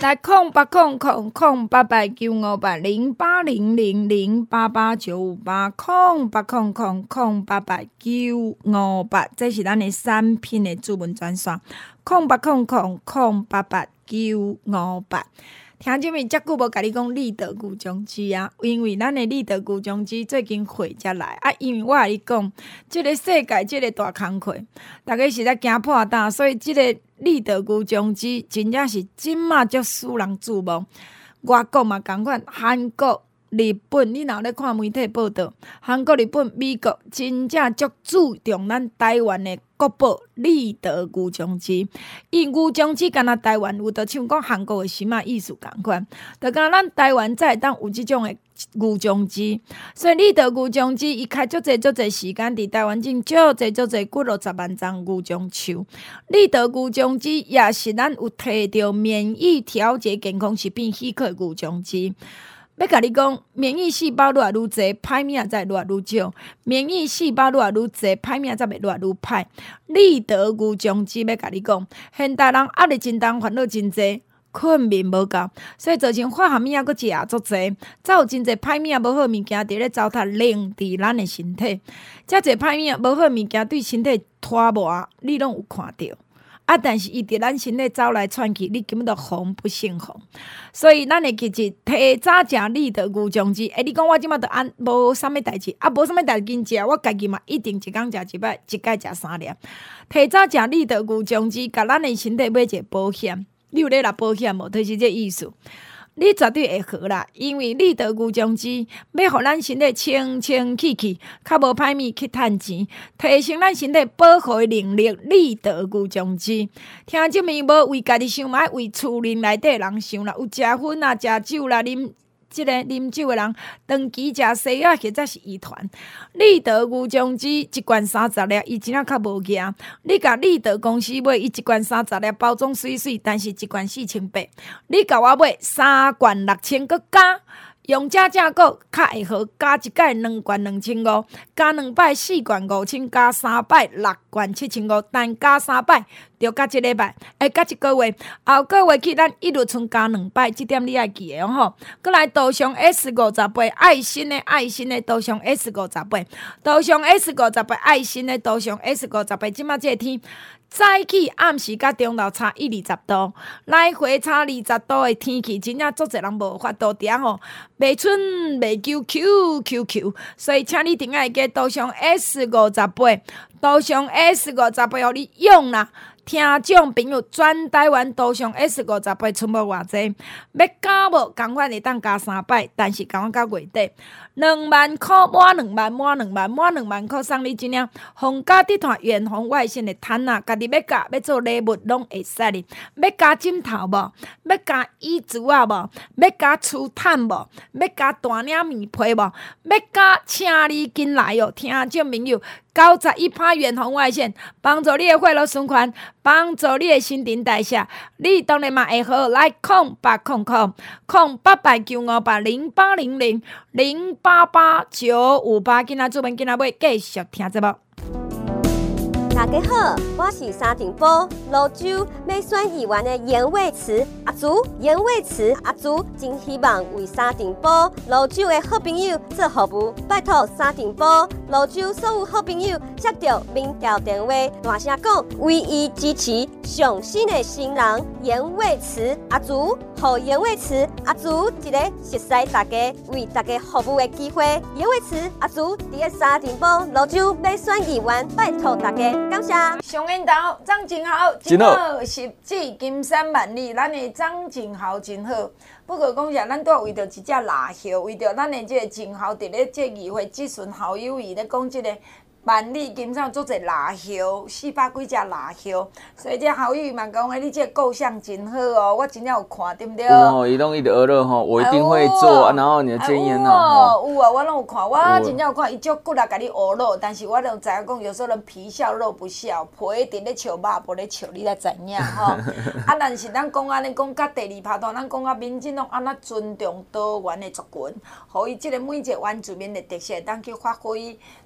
来空八空空空八八九五八零八零零零八八九五八空八空空空八八九五八，这是咱的产品的主文专线。空八空空空八八九五八。听这面遮久无甲你讲立德牛种子啊，因为咱的立德牛种子最近货才来啊，因为我甲你讲，即、这个世界即个大工课，大家实在惊破胆，所以即个立德牛种子真正是即马足使人注目。外国嘛同款，韩国、日本，你若咧看媒体报道，韩国、日本、美国真正足注重咱台湾的国宝立德牛种子。伊牛种子敢若台湾有，就像讲韩国的什么意思共款，就敢若咱台湾才会当有即种的牛种子。所以立德牛种子伊开足侪足侪时间伫台湾种足侪足侪几落十万丛牛种树。立德牛种子也是咱有摕到免疫调节健康食品许可的牛种子。要甲你讲，免疫细胞愈来愈侪，歹命才会愈来愈少；免疫细胞愈来愈侪，歹命才会愈来愈歹。立德牛种子要甲你讲，现代人压力真重，烦恼真侪，困眠无够，所以造成化学物仔佫食也足侪，才有真侪歹物仔无好物件伫咧糟蹋令伫咱的身体。遮侪歹物仔无好物件对身体拖磨，你拢有看到。啊！但是伊伫咱身体走来窜去，你根本就防不胜防。所以咱会其实提早食立德牛种子。诶，你讲我即马都安无啥物代志，啊，无啥物代志食，我家己嘛一定一工食一摆，一摆食三粒。提早食立德牛种子，甲咱的身体买一个保险。你有咧拿保险无？就是这意思。你绝对会好啦，因为立德牛种子要互咱身体清清气气，较无歹物去趁钱，提升咱身体保护的能力。立德牛种子，听这面无为家己想，嘛爱为厝邻内底人想啦。有食薰啦、食酒啦、啉。即个啉酒的人，长期食西药或者是遗传。立德牛种子一罐三十粒，伊真仔较无价。你甲立德公司买，伊一罐三十粒，包装水水，但是一罐四千八。你甲我买三罐六千，佮加。用这正购较会好，加一届两罐两千五，加两摆四罐五千，加三摆六罐七千五，但加三摆就加一礼拜，会加一个月，后个月起咱一律剩加两摆，这点你爱记的哦吼。佮来豆上 S 五十八，爱心的爱心的豆上 S 五十八，豆上 S 五十八，爱心的豆上 S 五十八，即马这个天。早起暗时甲中昼差一二十度，来回差二十度的天气，真正足侪人无法度伫遐吼，袂春袂秋 Q Q Q， 所以请你顶爱个豆上 S 五十八，豆上 S 五十八，互你用啦。听众朋友，全台湾都上 S 五十八出无偌济，要加无共款会当加三摆，但是共我到月底两万块满两万满两万满两万块送你真领，皇家集团远红外线的毯啊，家己要加要做礼物拢会使哩。要加枕头无？要加椅子啊无？要加粗毯无？要加大领棉被无？要加，请你紧来哦，听众朋友。九十一趴远红外线，帮助你的血液循环，帮助你的新陈代谢。你当然嘛会好，来空八空空空八八九五八零八零零零八八九五八，今仔主文今仔要继续听节目。 大家好，我是沙尘暴泸州要选议员的严伟慈阿祖，严伟慈阿祖真希望为沙尘暴泸州的好朋友做服务，拜托沙尘暴泸州所有好朋友接到民调电话，大声讲唯一支持上新的新人严伟慈阿祖，互严伟慈阿祖一个熟悉大家为大家服务的机会。严伟慈阿祖伫个沙尘暴泸州要选议员，拜托大家。感谢。 上引导长真好，真好，十指金山万里，咱的长真好真好。不过讲下，咱都为着一只蜡叶，为着咱的这个真好，伫咧这议会质询好友伊咧讲这个。万里金山足侪蜡叶，四百几只蜡叶，所以这好友嘛讲，你这个构想真好哦，我真正有看，对不对？ 有哦，伊拢一直学了吼，我一定会做，然后你的建议呢？ 哦，有啊，我拢有看，我真正有看，伊足骨力甲你学了，但是我拢知影讲，有时候人皮笑肉不笑，皮伫咧笑，肉无咧笑，你才知影吼。啊，但是咱讲安尼讲，甲第二拍段，咱讲啊，民进党安怎尊重多元的族群，互伊即个每一个原住民的特色，当去发挥。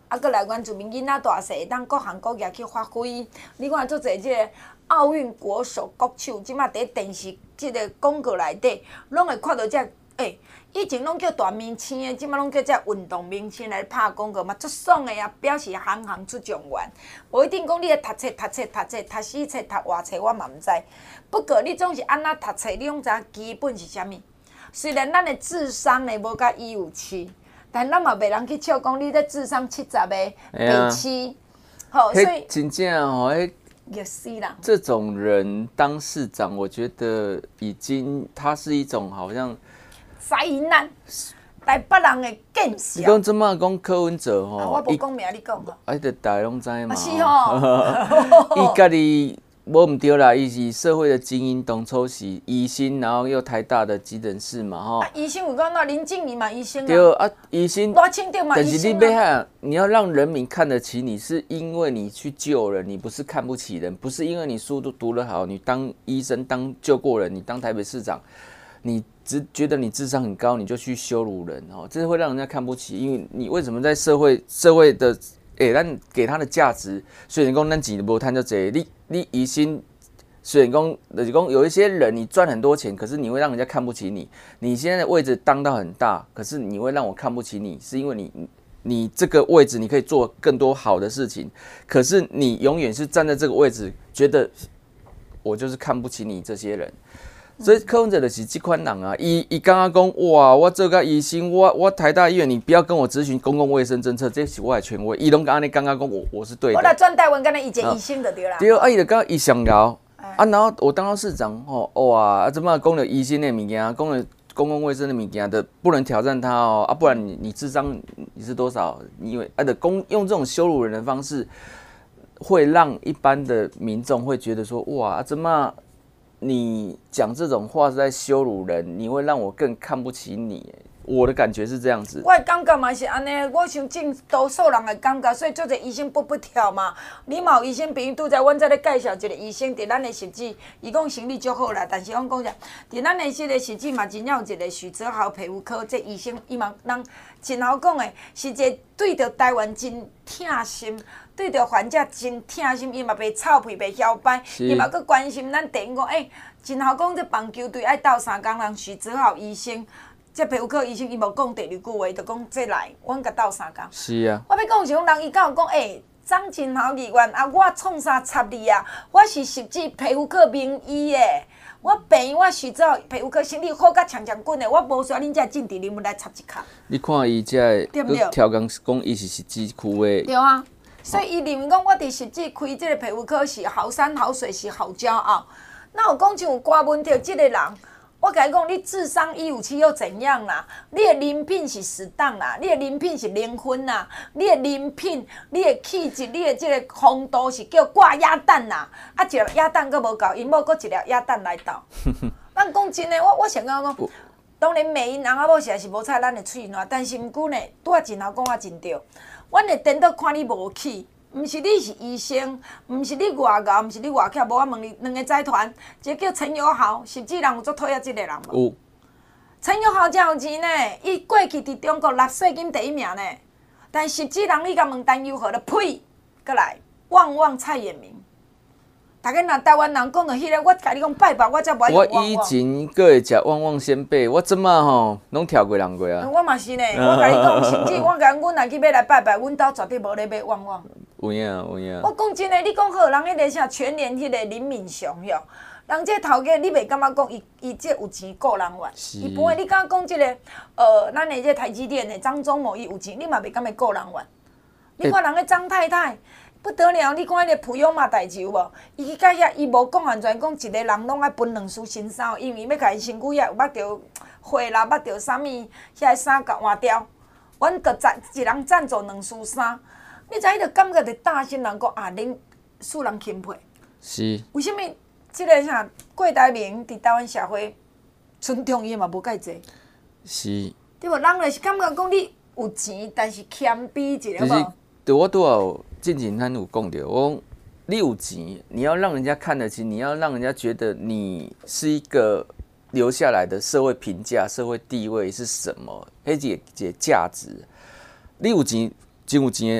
啊，搁来原住民囡仔大细，当各行各业去发挥。你看做侪即个奥运国手国手，即马伫电视即个广告内底，拢会看到这诶、欸，以前拢叫大明星的，即马拢叫这运动明星来拍广告嘛，足爽的啊！表示行行出状元。无一定讲你咧读册、读册、读册、读死册、读活册，我嘛毋知。不过你总是安怎读册，你拢知影基本是啥物？虽然咱的智商呢无甲伊有七，但咱嘛袂人去笑讲你咧智商七十的白痴。好，所以真正吼，迄也是啦。 这种人当市长，我觉得已经他是一种好像灾难，台北人的见识。 你讲即马讲柯文哲吼、 啊，我无讲名，你讲吼。 啊，迄大家拢知嘛。 啊是吼。 伊家己无毋对啦，伊是社会的精英，当初是医生，然后又台大的急诊室嘛，吼。 啊，医生有讲那林静怡嘛，医生啊。 对啊，医生。 罗清德嘛，医生啊。 但是你要看，你要让人民看得起你，是因为你去救人，你不是看不起人，不是因为你书都读得好，你当医生当救过人，你当台北市长，你只觉得你智商很高，你就去羞辱人哦，这会让人家看不起。因为你为什么在社会社会的诶，咱、欸、给他的价值，虽然讲咱钱无赚到济，你你疑心，虽然讲就是讲有一些人你赚很多钱，可是你会让人家看不起你。你现在的位置当到很大，可是你会让我看不起你，是因为你你这个位置你可以做更多好的事情，可是你永远是站在这个位置，觉得我就是看不起你这些人。所以柯文哲就是这款人啊，伊伊刚刚讲哇，我做个医生，我我台大医院，你不要跟我咨询公共卫生政策，这是我的权威。伊拢刚刚刚刚讲我我是对的。 我来转台湾，跟他一节医生就对啦。 对，啊，伊就讲伊上聊啊，然后我当到市长吼，哇，啊，怎么讲了医生的物件，讲了公共卫生的物件的，不能挑战他哦，啊，不然你你智商你是多少？你以为啊的公用这种羞辱人的方式，会让一般的民众会觉得说，哇，啊，怎么？你讲这种话是在羞辱人，你会让我更看不起你。我的感觉是这样子。 我的感觉嘛是安尼，我想尽多数人的感觉，所以做者医生不不跳嘛。你嘛有医生朋友拄则阮在咧介绍一个医生，伫咱的实质，伊讲生理足好啦，但是阮讲者，伫咱的这个实质嘛，真正有一个许泽豪皮肤科这医生，伊嘛人真好讲的，是一个对着台湾真疼心。对着患者真疼心，伊嘛袂臭屁，袂嚣摆，伊嘛佫关心咱第一讲，诶、欸，真好讲，这棒球队爱斗三工人，许泽豪医生，这皮肤科医生，伊无讲第二句话，就讲这来，阮甲斗三工。 是啊。 我要讲是讲人，伊敢有讲，诶、欸，张真豪议员啊，我创啥插你啊？我是实质皮肤科名医诶。我病我许泽豪皮肤科身体好甲强强滚诶，我无需要恁遮政治人物来插一脚。 你看伊遮对不对？ 调工讲伊是实质区诶。 对啊。所以伊认为讲，我伫实质开这个皮肤科是好山好水，是好骄傲。那有讲像有瓜文条这个人，我甲你讲，你智商一五七又怎样啦？你的人品是适当啦，你的人品是零分啦，你的人品、你的气质、你的这个风度是叫挂鸭蛋啦。啊，一粒鸭蛋佫无够，因某佫一粒鸭蛋来斗。咱讲真诶，我我想讲讲，当然美因人仔某实在是无采咱的喙烂，但是毋过呢，拄仔真头讲啊真对。阮会颠倒看你无起，毋是你是医生，毋是你外高，毋是你外巧。无我问你，两个财团，一个叫陈友豪，实质人有做讨厌即个人无？ 有。 陈友豪真有钱呢，伊过去伫中国纳税金第一名呢，但实质人你甲问担忧何了？呸！过来，旺旺蔡衍明。大家若台湾人讲到迄个，我甲你讲拜拜，我才无爱用旺旺。 我以前佫会食旺旺仙贝，我即马吼拢跳过人过啊。 我嘛是呢，我甲你讲，甚至我甲阮若去买来拜拜，阮兜绝对无咧买旺旺。 有影有影。 我讲真诶，你讲好，人迄个啥全联迄个林敏雄哟，人这头家你袂感觉讲伊伊这有钱顾人怨？伊不会，你敢讲即个呃，咱的这台积电的张忠谋伊有钱，你嘛袂感觉顾人怨？你看人个张太太。不得了！你看迄个蒲勇嘛代志有无？伊去甲遐，伊无讲完全讲一个人拢爱分两束新衫，因为伊要甲伊身躯遐有捌着血啦，捌着啥物，遐衫甲换掉。阮着赞一人赞助两束衫，你知影着感觉着大心人讲啊，恁素人钦佩。 是。 为什物即个啥郭台铭伫台湾社会尊重伊嘛无介济？ 是。 对无？人就是感觉讲你有钱，但是谦卑一下无？ 对，我拄有进前咱有讲到，我讲你有钱，你要让人家看得起，你要让人家觉得你是一个留下来的社会评价、社会地位是什么？迄个一个价值。你有钱，真有钱的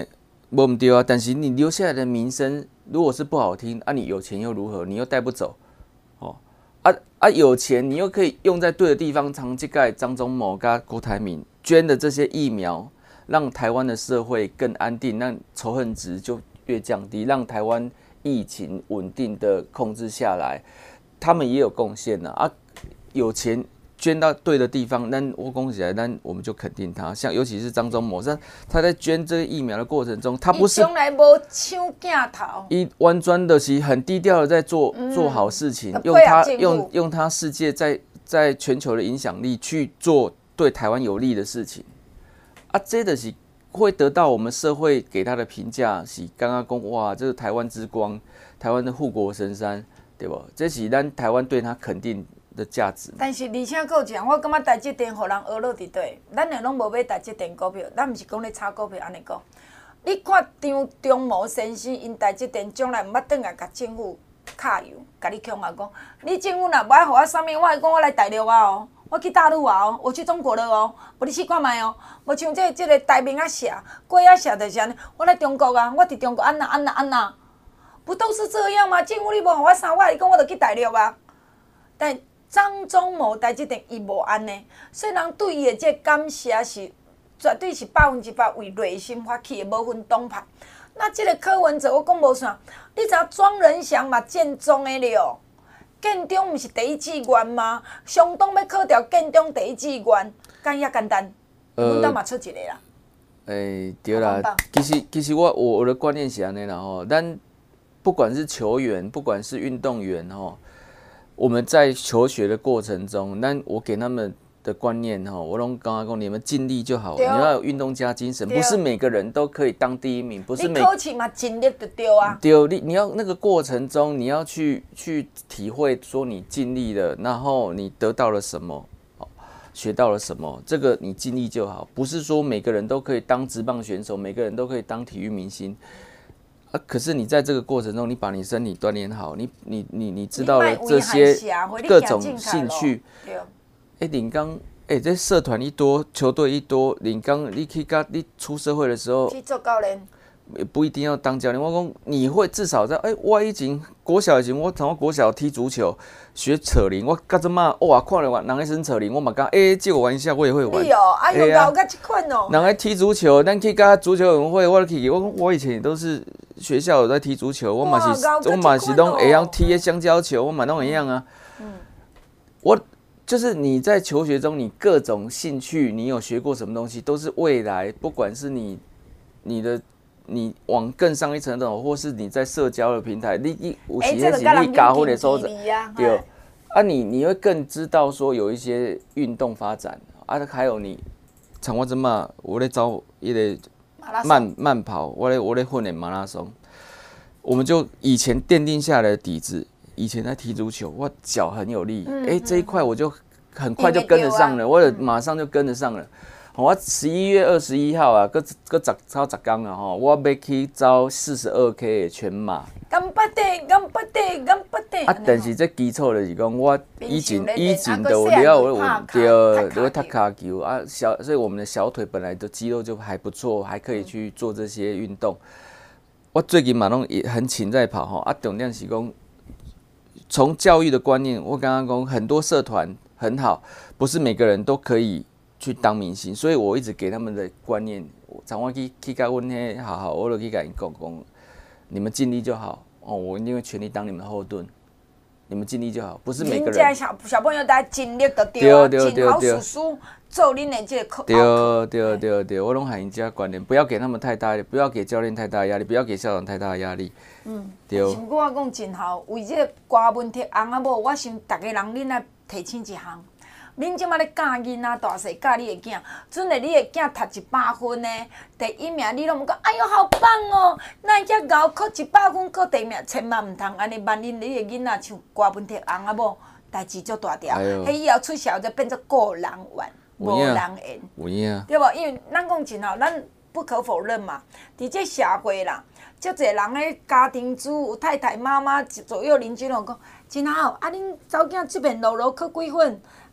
无唔对啊，但是你留下来的名声如果是不好听，啊，你有钱又如何？你又带不走，哦，啊啊，有钱你又可以用在对的地方。常这个张忠谋跟郭台铭捐的这些疫苗，让台湾的社会更安定，让仇恨值就越降低，让台湾疫情稳定的控制下来，他们也有贡献呢啊，有钱。捐到对的地方，那我恭喜来，那我们就肯定他。像尤其是张忠谋，他在捐这个疫苗的过程中，他不是从来无抢镜头， 一弯砖的，其实很低调的在做、嗯、做好事情，用他用用他世界在在全球的影响力去做对台湾有利的事情啊，这的是会得到我们社会给他的评价是刚刚讲哇，这是台湾之光，台湾的护国神山，对不？这是咱台湾对他肯定的价值。 但是而且还有一样，我感觉台积电互人学落伫底，咱也拢无买台积电股票，咱毋是讲咧炒股票安尼讲。你看张忠谋先生，因台积电将来毋捌转来甲政府卡油，甲你强啊讲，你政府若无爱互我啥物，我会讲我来大陆啊哦，我去大陆啊哦，我去中国了哦，无你试看卖哦，无像这这个台面啊写，鬼啊写就是安尼，我来中国啊，我伫中国安那安那安那，不都是这样吗？政府你无互我啥，我会讲我就去大陆啊，但。张忠谋台积电伊无安尼，所以人对伊的这感谢是绝对是百分之百为内心发起的，无分党派。那这个柯文哲我讲无啥，你知影庄仁祥嘛建中的了，建中毋是第一志愿吗？上党要考掉建中第一志愿，干遐简单，阮兜嘛出一个啦。 诶、欸，对啦，其实其实我我我的观念是安尼啦吼，咱不管是球员，不管是运动员吼。我们在求学的过程中，那我给他们的观念哈，我拢刚刚讲，你们尽力就好，你要有运动家精神，不是每个人都可以当第一名，不是每。 你考试嘛，尽力就对啊。 对，你你要那个过程中，你要去去体会，说你尽力了，然后你得到了什么，学到了什么，这个你尽力就好，不是说每个人都可以当职棒选手，每个人都可以当体育明星。啊！可是你在这个过程中，你把你身体锻炼好，你你你你知道了这些各种兴趣。哎，领刚哎，这社团一多，球队一多，领刚你去甲你出社会的时候， 去做教练， 也不一定要当教练。我讲你会至少在哎，我以前国小以前，我从我国小踢足球，学扯铃，我甲这嘛哇，看了人在耍扯铃，我嘛讲哎，借我玩一下，我也会玩。 你哦，哎呦，搞甲这款哦。 人在踢足球，咱去甲足球运会，我去，我我以前也都是。学校有在踢足球，我嘛是，我嘛是拢会晓踢的香蕉球，我嘛拢会样啊。嗯，我就是你在求学中，你各种兴趣，你有学过什么东西，都是未来，不管是你你的你往更上一层的，或是你在社交的平台，你你有时那是你加分的所在，对。啊你，你你会更知道说有一些运动发展啊，还有你，像我这么我在找一个。慢慢跑，我咧我咧混的马拉松，我们就以前奠定下来的底子。以前在踢足球，我脚很有力，哎、嗯欸，这一块我就很快就跟得上了，我马上就跟得上了。我十一月二十一号啊，搁搁十超十天啊吼，我要去走四十二 K 的全马。干不得，干不得，干不得。啊，但是这基础就是讲，我以前以前都了我我对，都会踢骹球啊，小，所以我们的小腿本来的肌肉就还不错，还可以去做这些运动。我最近嘛拢也很勤在跑吼，啊，重点是讲，从教育的观念，我刚刚讲很多社团很好，不是每个人都可以去当明星，所以我一直给他们的观念，常我去去甲阮迄好好，我就去甲因讲讲。你们尽力就好哦，我一定会全力当你们的后盾。你们尽力就好，不是每个人。 人家小小朋友在尽力就对啊，尽好事事做恁的这个课。 对对对对，我拢喊人家观念，不要给他们太大，不要给教练太大压力，不要给校长太大的压力。嗯，对。 不过我讲真好，为这个歌文题红啊无，我想大家人恁来提醒一项。恁即马咧教囡仔大细教你的囝，阵诶你的囝读一百分呢，第一名你拢毋讲，哎呦好棒哦！那遮高考一百分考第一名，千万毋通安尼，万一你的囡仔像歌文题红啊无，代志足大条，迄、哎、以后出社会就变做个人玩，无人缘， 有影， 对无？因为咱讲真吼，咱不可否认嘛，伫这社会啦，足侪人诶家庭主妇、太太、妈妈左右邻居拢讲真好，啊恁查某囝即边落落考几分？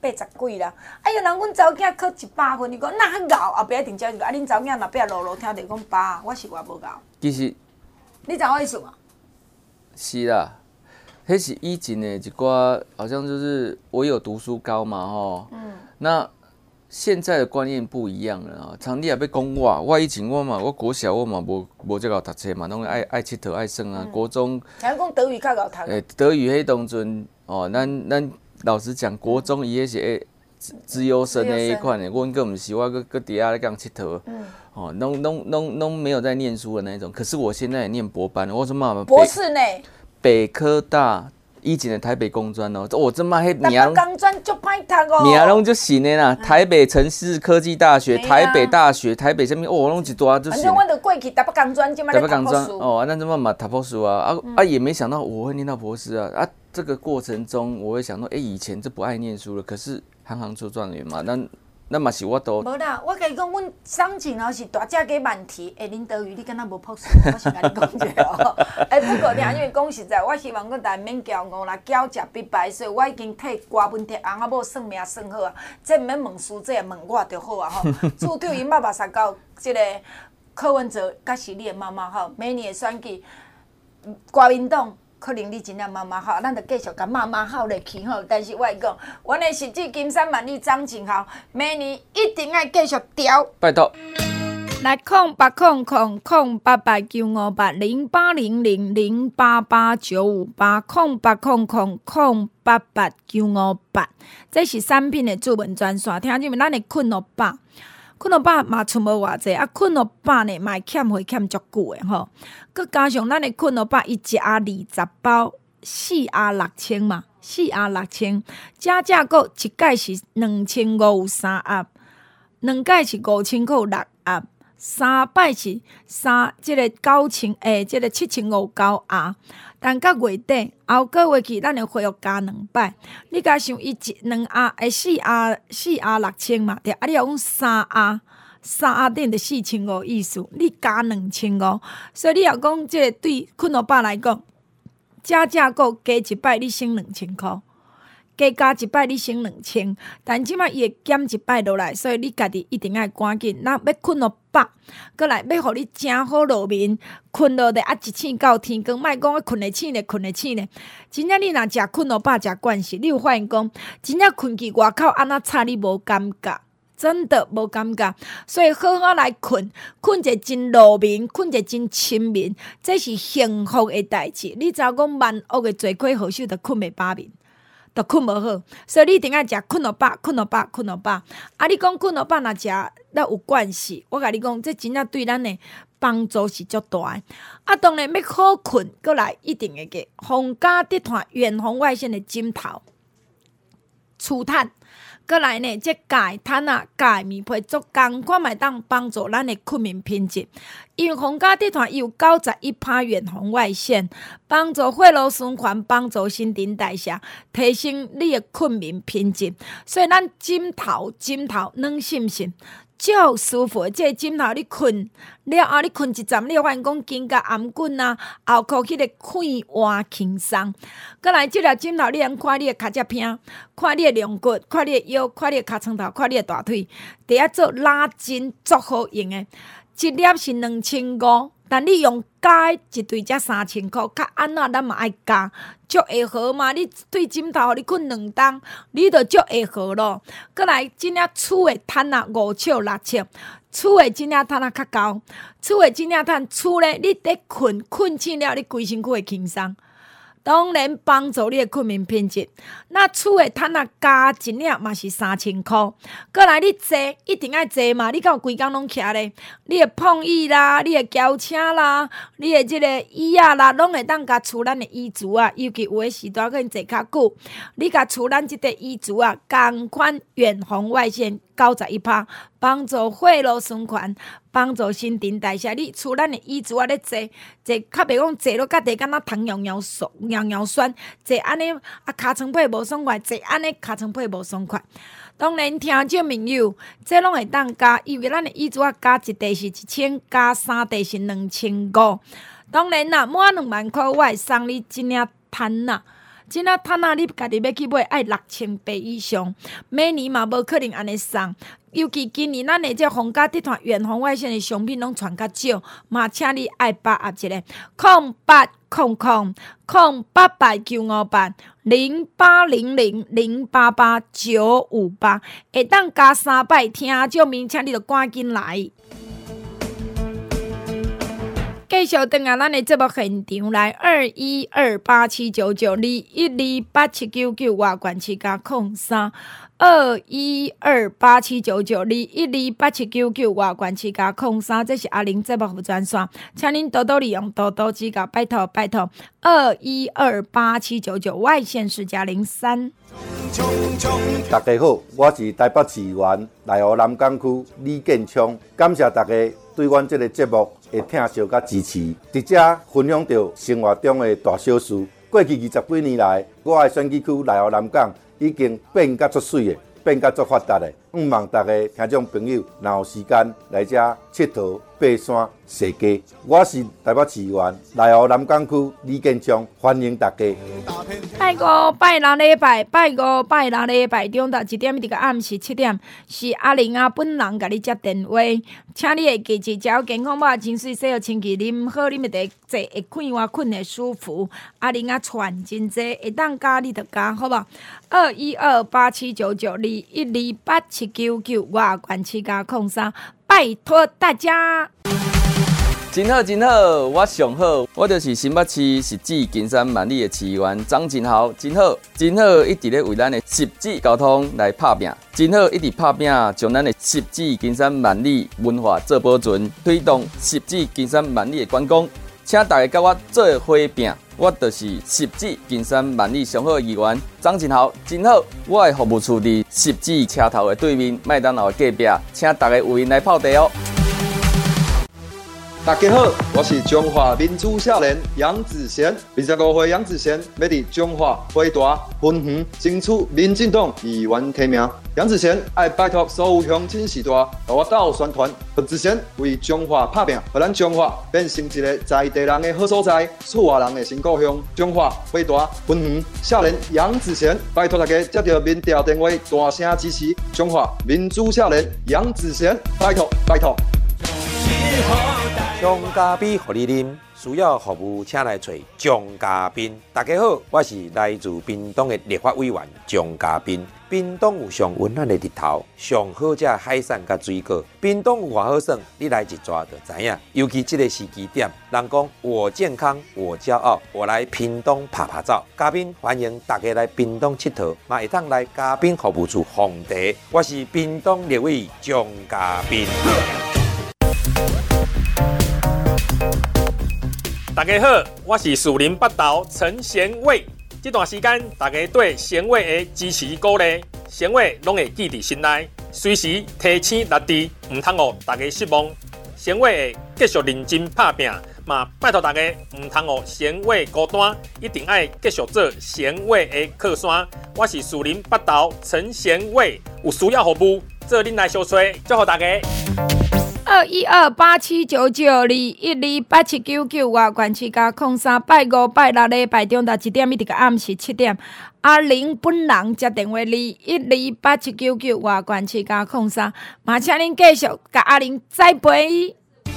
八十几啦。哎呀，人阮查某囝考一百分，伊讲哪较熬？后壁一定照伊讲，啊，恁查某囝若壁落落听着讲八，我是偌无熬。 其实， 你知我意思无？ 是啦，迄是以前的一寡，好像就是我有读书高嘛吼。嗯。那现在的观念不一样了啊！常你也要讲我，我以前我嘛，我国小我嘛无无遮够读册嘛，拢爱爱佚佗爱耍啊。嗯、国中， 像讲德语较够读。 诶、欸，德语迄当阵哦，咱咱老实讲，国中伊迄是诶资优生的迄款的，阮个毋是，我个个伫遐咧讲佚佗。嗯。哦，拢拢拢拢没有在念书的那种。可是我现在也念博班，我说妈博士呢？ 北科大。以前的台北工专哦，我这妈迄名， 台北工专足歹读哦， 名拢就行的啦。台北城市科技大学、台北大学、台北什么，哦，拢一大就行。 反正我就过去台北工专，今麦咧读博士。 哦，那这么嘛读博士啊，啊、嗯、啊也没想到我会念到博士啊啊！这个过程中我会想到，哎、欸，以前就不爱念书了，可是行行出状元嘛，那。那嘛是我都无啦，我甲你讲，阮双亲哦是大只鸡慢提，诶，恁德语你敢若无博士，我先甲你讲者哦。诶，不过听因为讲实在，我希望阮大家免骄傲啦，骄食必败，所以我已经替歌文替翁仔某算命算好啊，这毋免问师姐，问我就好啊吼。注定因爸爸杀到即个柯文哲，甲是你的妈妈吼，每年的选举，国民党。可能你真正骂骂好，咱就继续甲骂骂好落去吼。但是我会讲，阮的实质金山万里长情好，明年一定要继续调。 拜托。 来，空八空空空八八九五八零八零零零八八九五八空八空空空八八九五八，这是产品的主文专线。听见没？咱的困乐吧。困乐饱嘛出无偌济，啊困乐饱呢嘛欠货欠足久的吼，佮加上咱的困乐饱伊一盒二十包，四盒六千嘛，四盒六千，加价购一届是两千五有三盒，两届是五千块有六盒，三摆是三即、這個九千诶，即、這個七千五九盒。但到月底后个月去，咱会恢复加两摆。你加想伊一两盒诶，四盒四盒六千嘛，对啊，你要讲三盒，三盒顶就四千五意思，你加两千五，所以你要讲即个对困乐饱来讲，加价购加一摆你省两千箍。加加一摆你省两千，但即摆伊会减一摆落来，所以你家己一定要赶紧。那要困乐饱，过来要互你正好落眠，困落的啊一醒到天光，莫讲我困会醒咧，困会醒咧。真正你若食困乐饱食惯势，你有发现讲，真正困去外口安那差你无感觉。真的无感觉，所以好好来困，困者真落眠，困者真亲眠，这是幸福的代志。你知影讲万恶的罪魁祸首，就困袂饱眠。都困无好，所以你一定要食困乐饱，困乐饱，困乐饱。啊，你讲困乐饱若食，咱有关系。我甲你讲，这真正对咱的帮助是足大的。啊，当然要好困，过来一定会个皇家集团远红外线的枕头、除碳。过来呢，这钙碳啊、钙棉被足共款嘛当帮助咱的困眠品质。因为皇家集团有九十一趴远红外线，帮助血路循环，帮助新陈代谢，提升你的困眠品质。所以咱枕头、枕头软信信。足舒服，这个枕头你困了后，你困一站，你会发现讲肩胛、颔棍啊、后裤迄个快活轻松。过来，这条枕头你通看你的脚趾片，看你的龙骨，看你的腰，看你的脚床头，看你的大腿，伫遐做拉筋，足好用的。一粒是两千五，但你用加一对才三千箍，较安怎咱嘛爱加，足会好嘛？你对枕头，你困两冬，你就足会好咯。过来，真正厝的毯啊，五尺六尺，厝的真正毯啊较高，厝的真正毯，厝咧你伫困，困醒了，你规身躯会轻松。当然帮助你的困眠品质。那厝的毯啊加一领嘛是三千箍。过来你坐一定要坐嘛，你敢有规工拢徛咧？你的碰椅啦，你的轿车啦，你的即个椅仔啦，拢会当甲厝咱的椅子啊，尤其有的时段可能坐较久，你甲厝咱即个椅子啊，同款远红外线九十一趴，帮助血路循环。帮助新陈代谢，你厝咱的椅子啊，咧坐坐，较袂讲坐落甲地，敢若糖尿尿酸、尿尿酸，坐安尼啊，尻川皮无爽快，坐安尼尻川皮无爽快。当然，听众朋友，这拢会当加，因为咱的椅子啊，加一地是一千，加三地是两千五。当然啦，满两万块，我会送你一领毯啦。 真啊，摊啊，你家己要去买爱六千八以上，每年嘛无可能安尼送。尤其今年咱的这皇家集团远红外线的商品拢传较少，嘛请你爱把握一个空八空空空八八九五八零八零零零八八九五八，会当加三摆听证明，请你就赶紧来。继续登啊，咱的节目现场来二一二八七九九二一二八七九九外管七加空三。二一二八七九九二一二八七九九外管七加空三，这是阿玲节目副专线，请您多多利用，多多指教，拜托拜托。二一二八七九九外线是加零三。 大家好，我是台北市议员内湖南港区李建昌，感谢大家对阮这个节目的听惜甲支持，伫遮分享到生活中的大小事。过去二十几年来，我的选举区内湖南港已经变甲足水的，变甲足发达的。希望大家听众朋友，若有时间来遮佚佗、爬山、踅街。我是台北市议员内湖南港区李建昌，欢迎大家。 拜五拜六礼拜，拜五拜六礼拜中昼一点一直到暗时七点，是阿玲啊本人甲你接电话，请你会记住，食好健康饱、清水洗好清气，啉好啉的茶，坐会困哇困会舒服。阿玲啊传真济，会当加你就加，好无？二一二八七九九二一二八七九九外管七加空三，拜托大家。 真好真好，我上好，我就是新北市实质金山万里的市议员张真豪，真好真好，一直咧为咱的实质交通来拍拼，真好一直拍拼，将咱的实质金山万里文化做保存，推动实质金山万里的观光，请大家甲我做伙拼。我就是实质金山万里上好的议员张真豪，真好。我的服务处伫实质车头的对面，麦当劳的隔壁，请大家有闲来泡茶哦。 大家好，我是中华民主少年杨子贤，二十五岁杨子贤要伫中华回大分园争取民进党议员提名。杨子贤爱拜托所有乡亲时代，和我斗宣传，杨子贤为中华拍拼，让咱中华变成一个在地人的好所在，厝外人的新故乡。中华回大分园少年杨子贤，拜托大家接到民调电话，大声支持中华民主少年杨子贤，拜托拜托。 张嘉宾互你啉，需要服务请来找张嘉宾。大家好，我是来自屏东的立法委员张嘉宾。屏东有上温暖的日头，上好食海产甲水果。屏东有偌好耍，你来一抓就知影。尤其这个时机点，人讲我健康我骄傲，我来屏东拍拍照。嘉宾欢迎大家来屏东佚佗，嘛会当来嘉宾服务处奉茶。我是屏东立委张嘉宾。 大家好，我是树林北投陈贤伟。这段时间，大家对贤伟的支持鼓励，贤伟拢会记伫心内，随时提醒力治，唔通互大家失望。贤伟会继续认真拍拼，嘛拜托大家唔通互贤伟孤单，一定爱继续做贤伟的靠山。我是树林北投陈贤伟，有需要服务，做恁来相找，祝福大家。 二一二八七九九二一二八七九九外管七加空三，拜五拜六礼拜中昼一点一直到暗时七点。阿玲本人接电话二一二八七九九外管七加空三，嘛请恁继续甲阿玲栽培。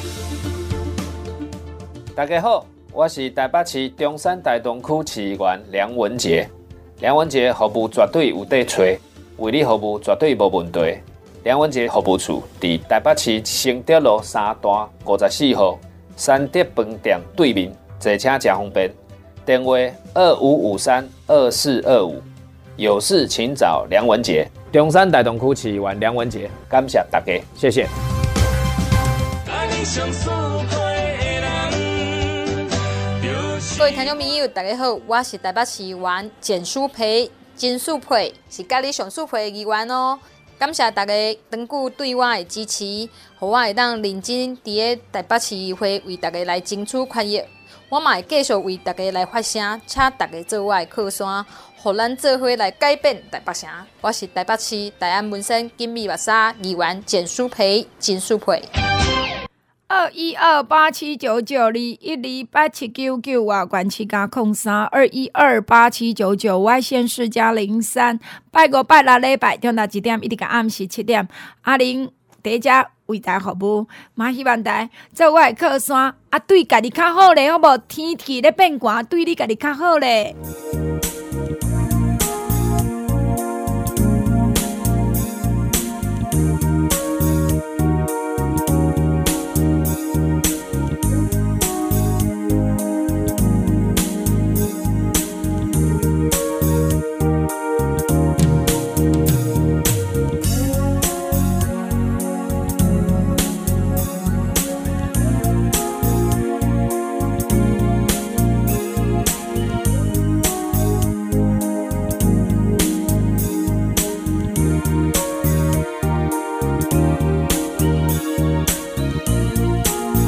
大家好，我是台北市中山大东区市议员梁文杰。梁文杰服务绝对有得找，为你服务绝对无问题。梁文杰服务处伫台北市承德路三段五十四号三德饭店对面，坐车真方便。电话二五五三二四二五，有事请找梁文杰。中山大东区市议员梁文杰，感谢大家，谢谢。 各位听众朋友，大家好，我是台北市议员简淑培，金淑培是家里上淑培的议员哦。感谢大家长久对我的支持，予我会当认真伫个台北市议会为大家来争取权益。我嘛会继续为大家来发声，请大家做我的靠山，互咱做伙来改变台北城。我是台北市大安文山金美目沙议员简淑培，金淑培。 二二一二八七九九二一二八七九九外关七加空三二一二八七九九外线四加零三拜五拜六礼拜中到一点一直到暗时七点，阿玲第一只为台服务，嘛希望台做我的靠山，啊对家己较好咧，好无？天气咧变寒，对你家己较好咧。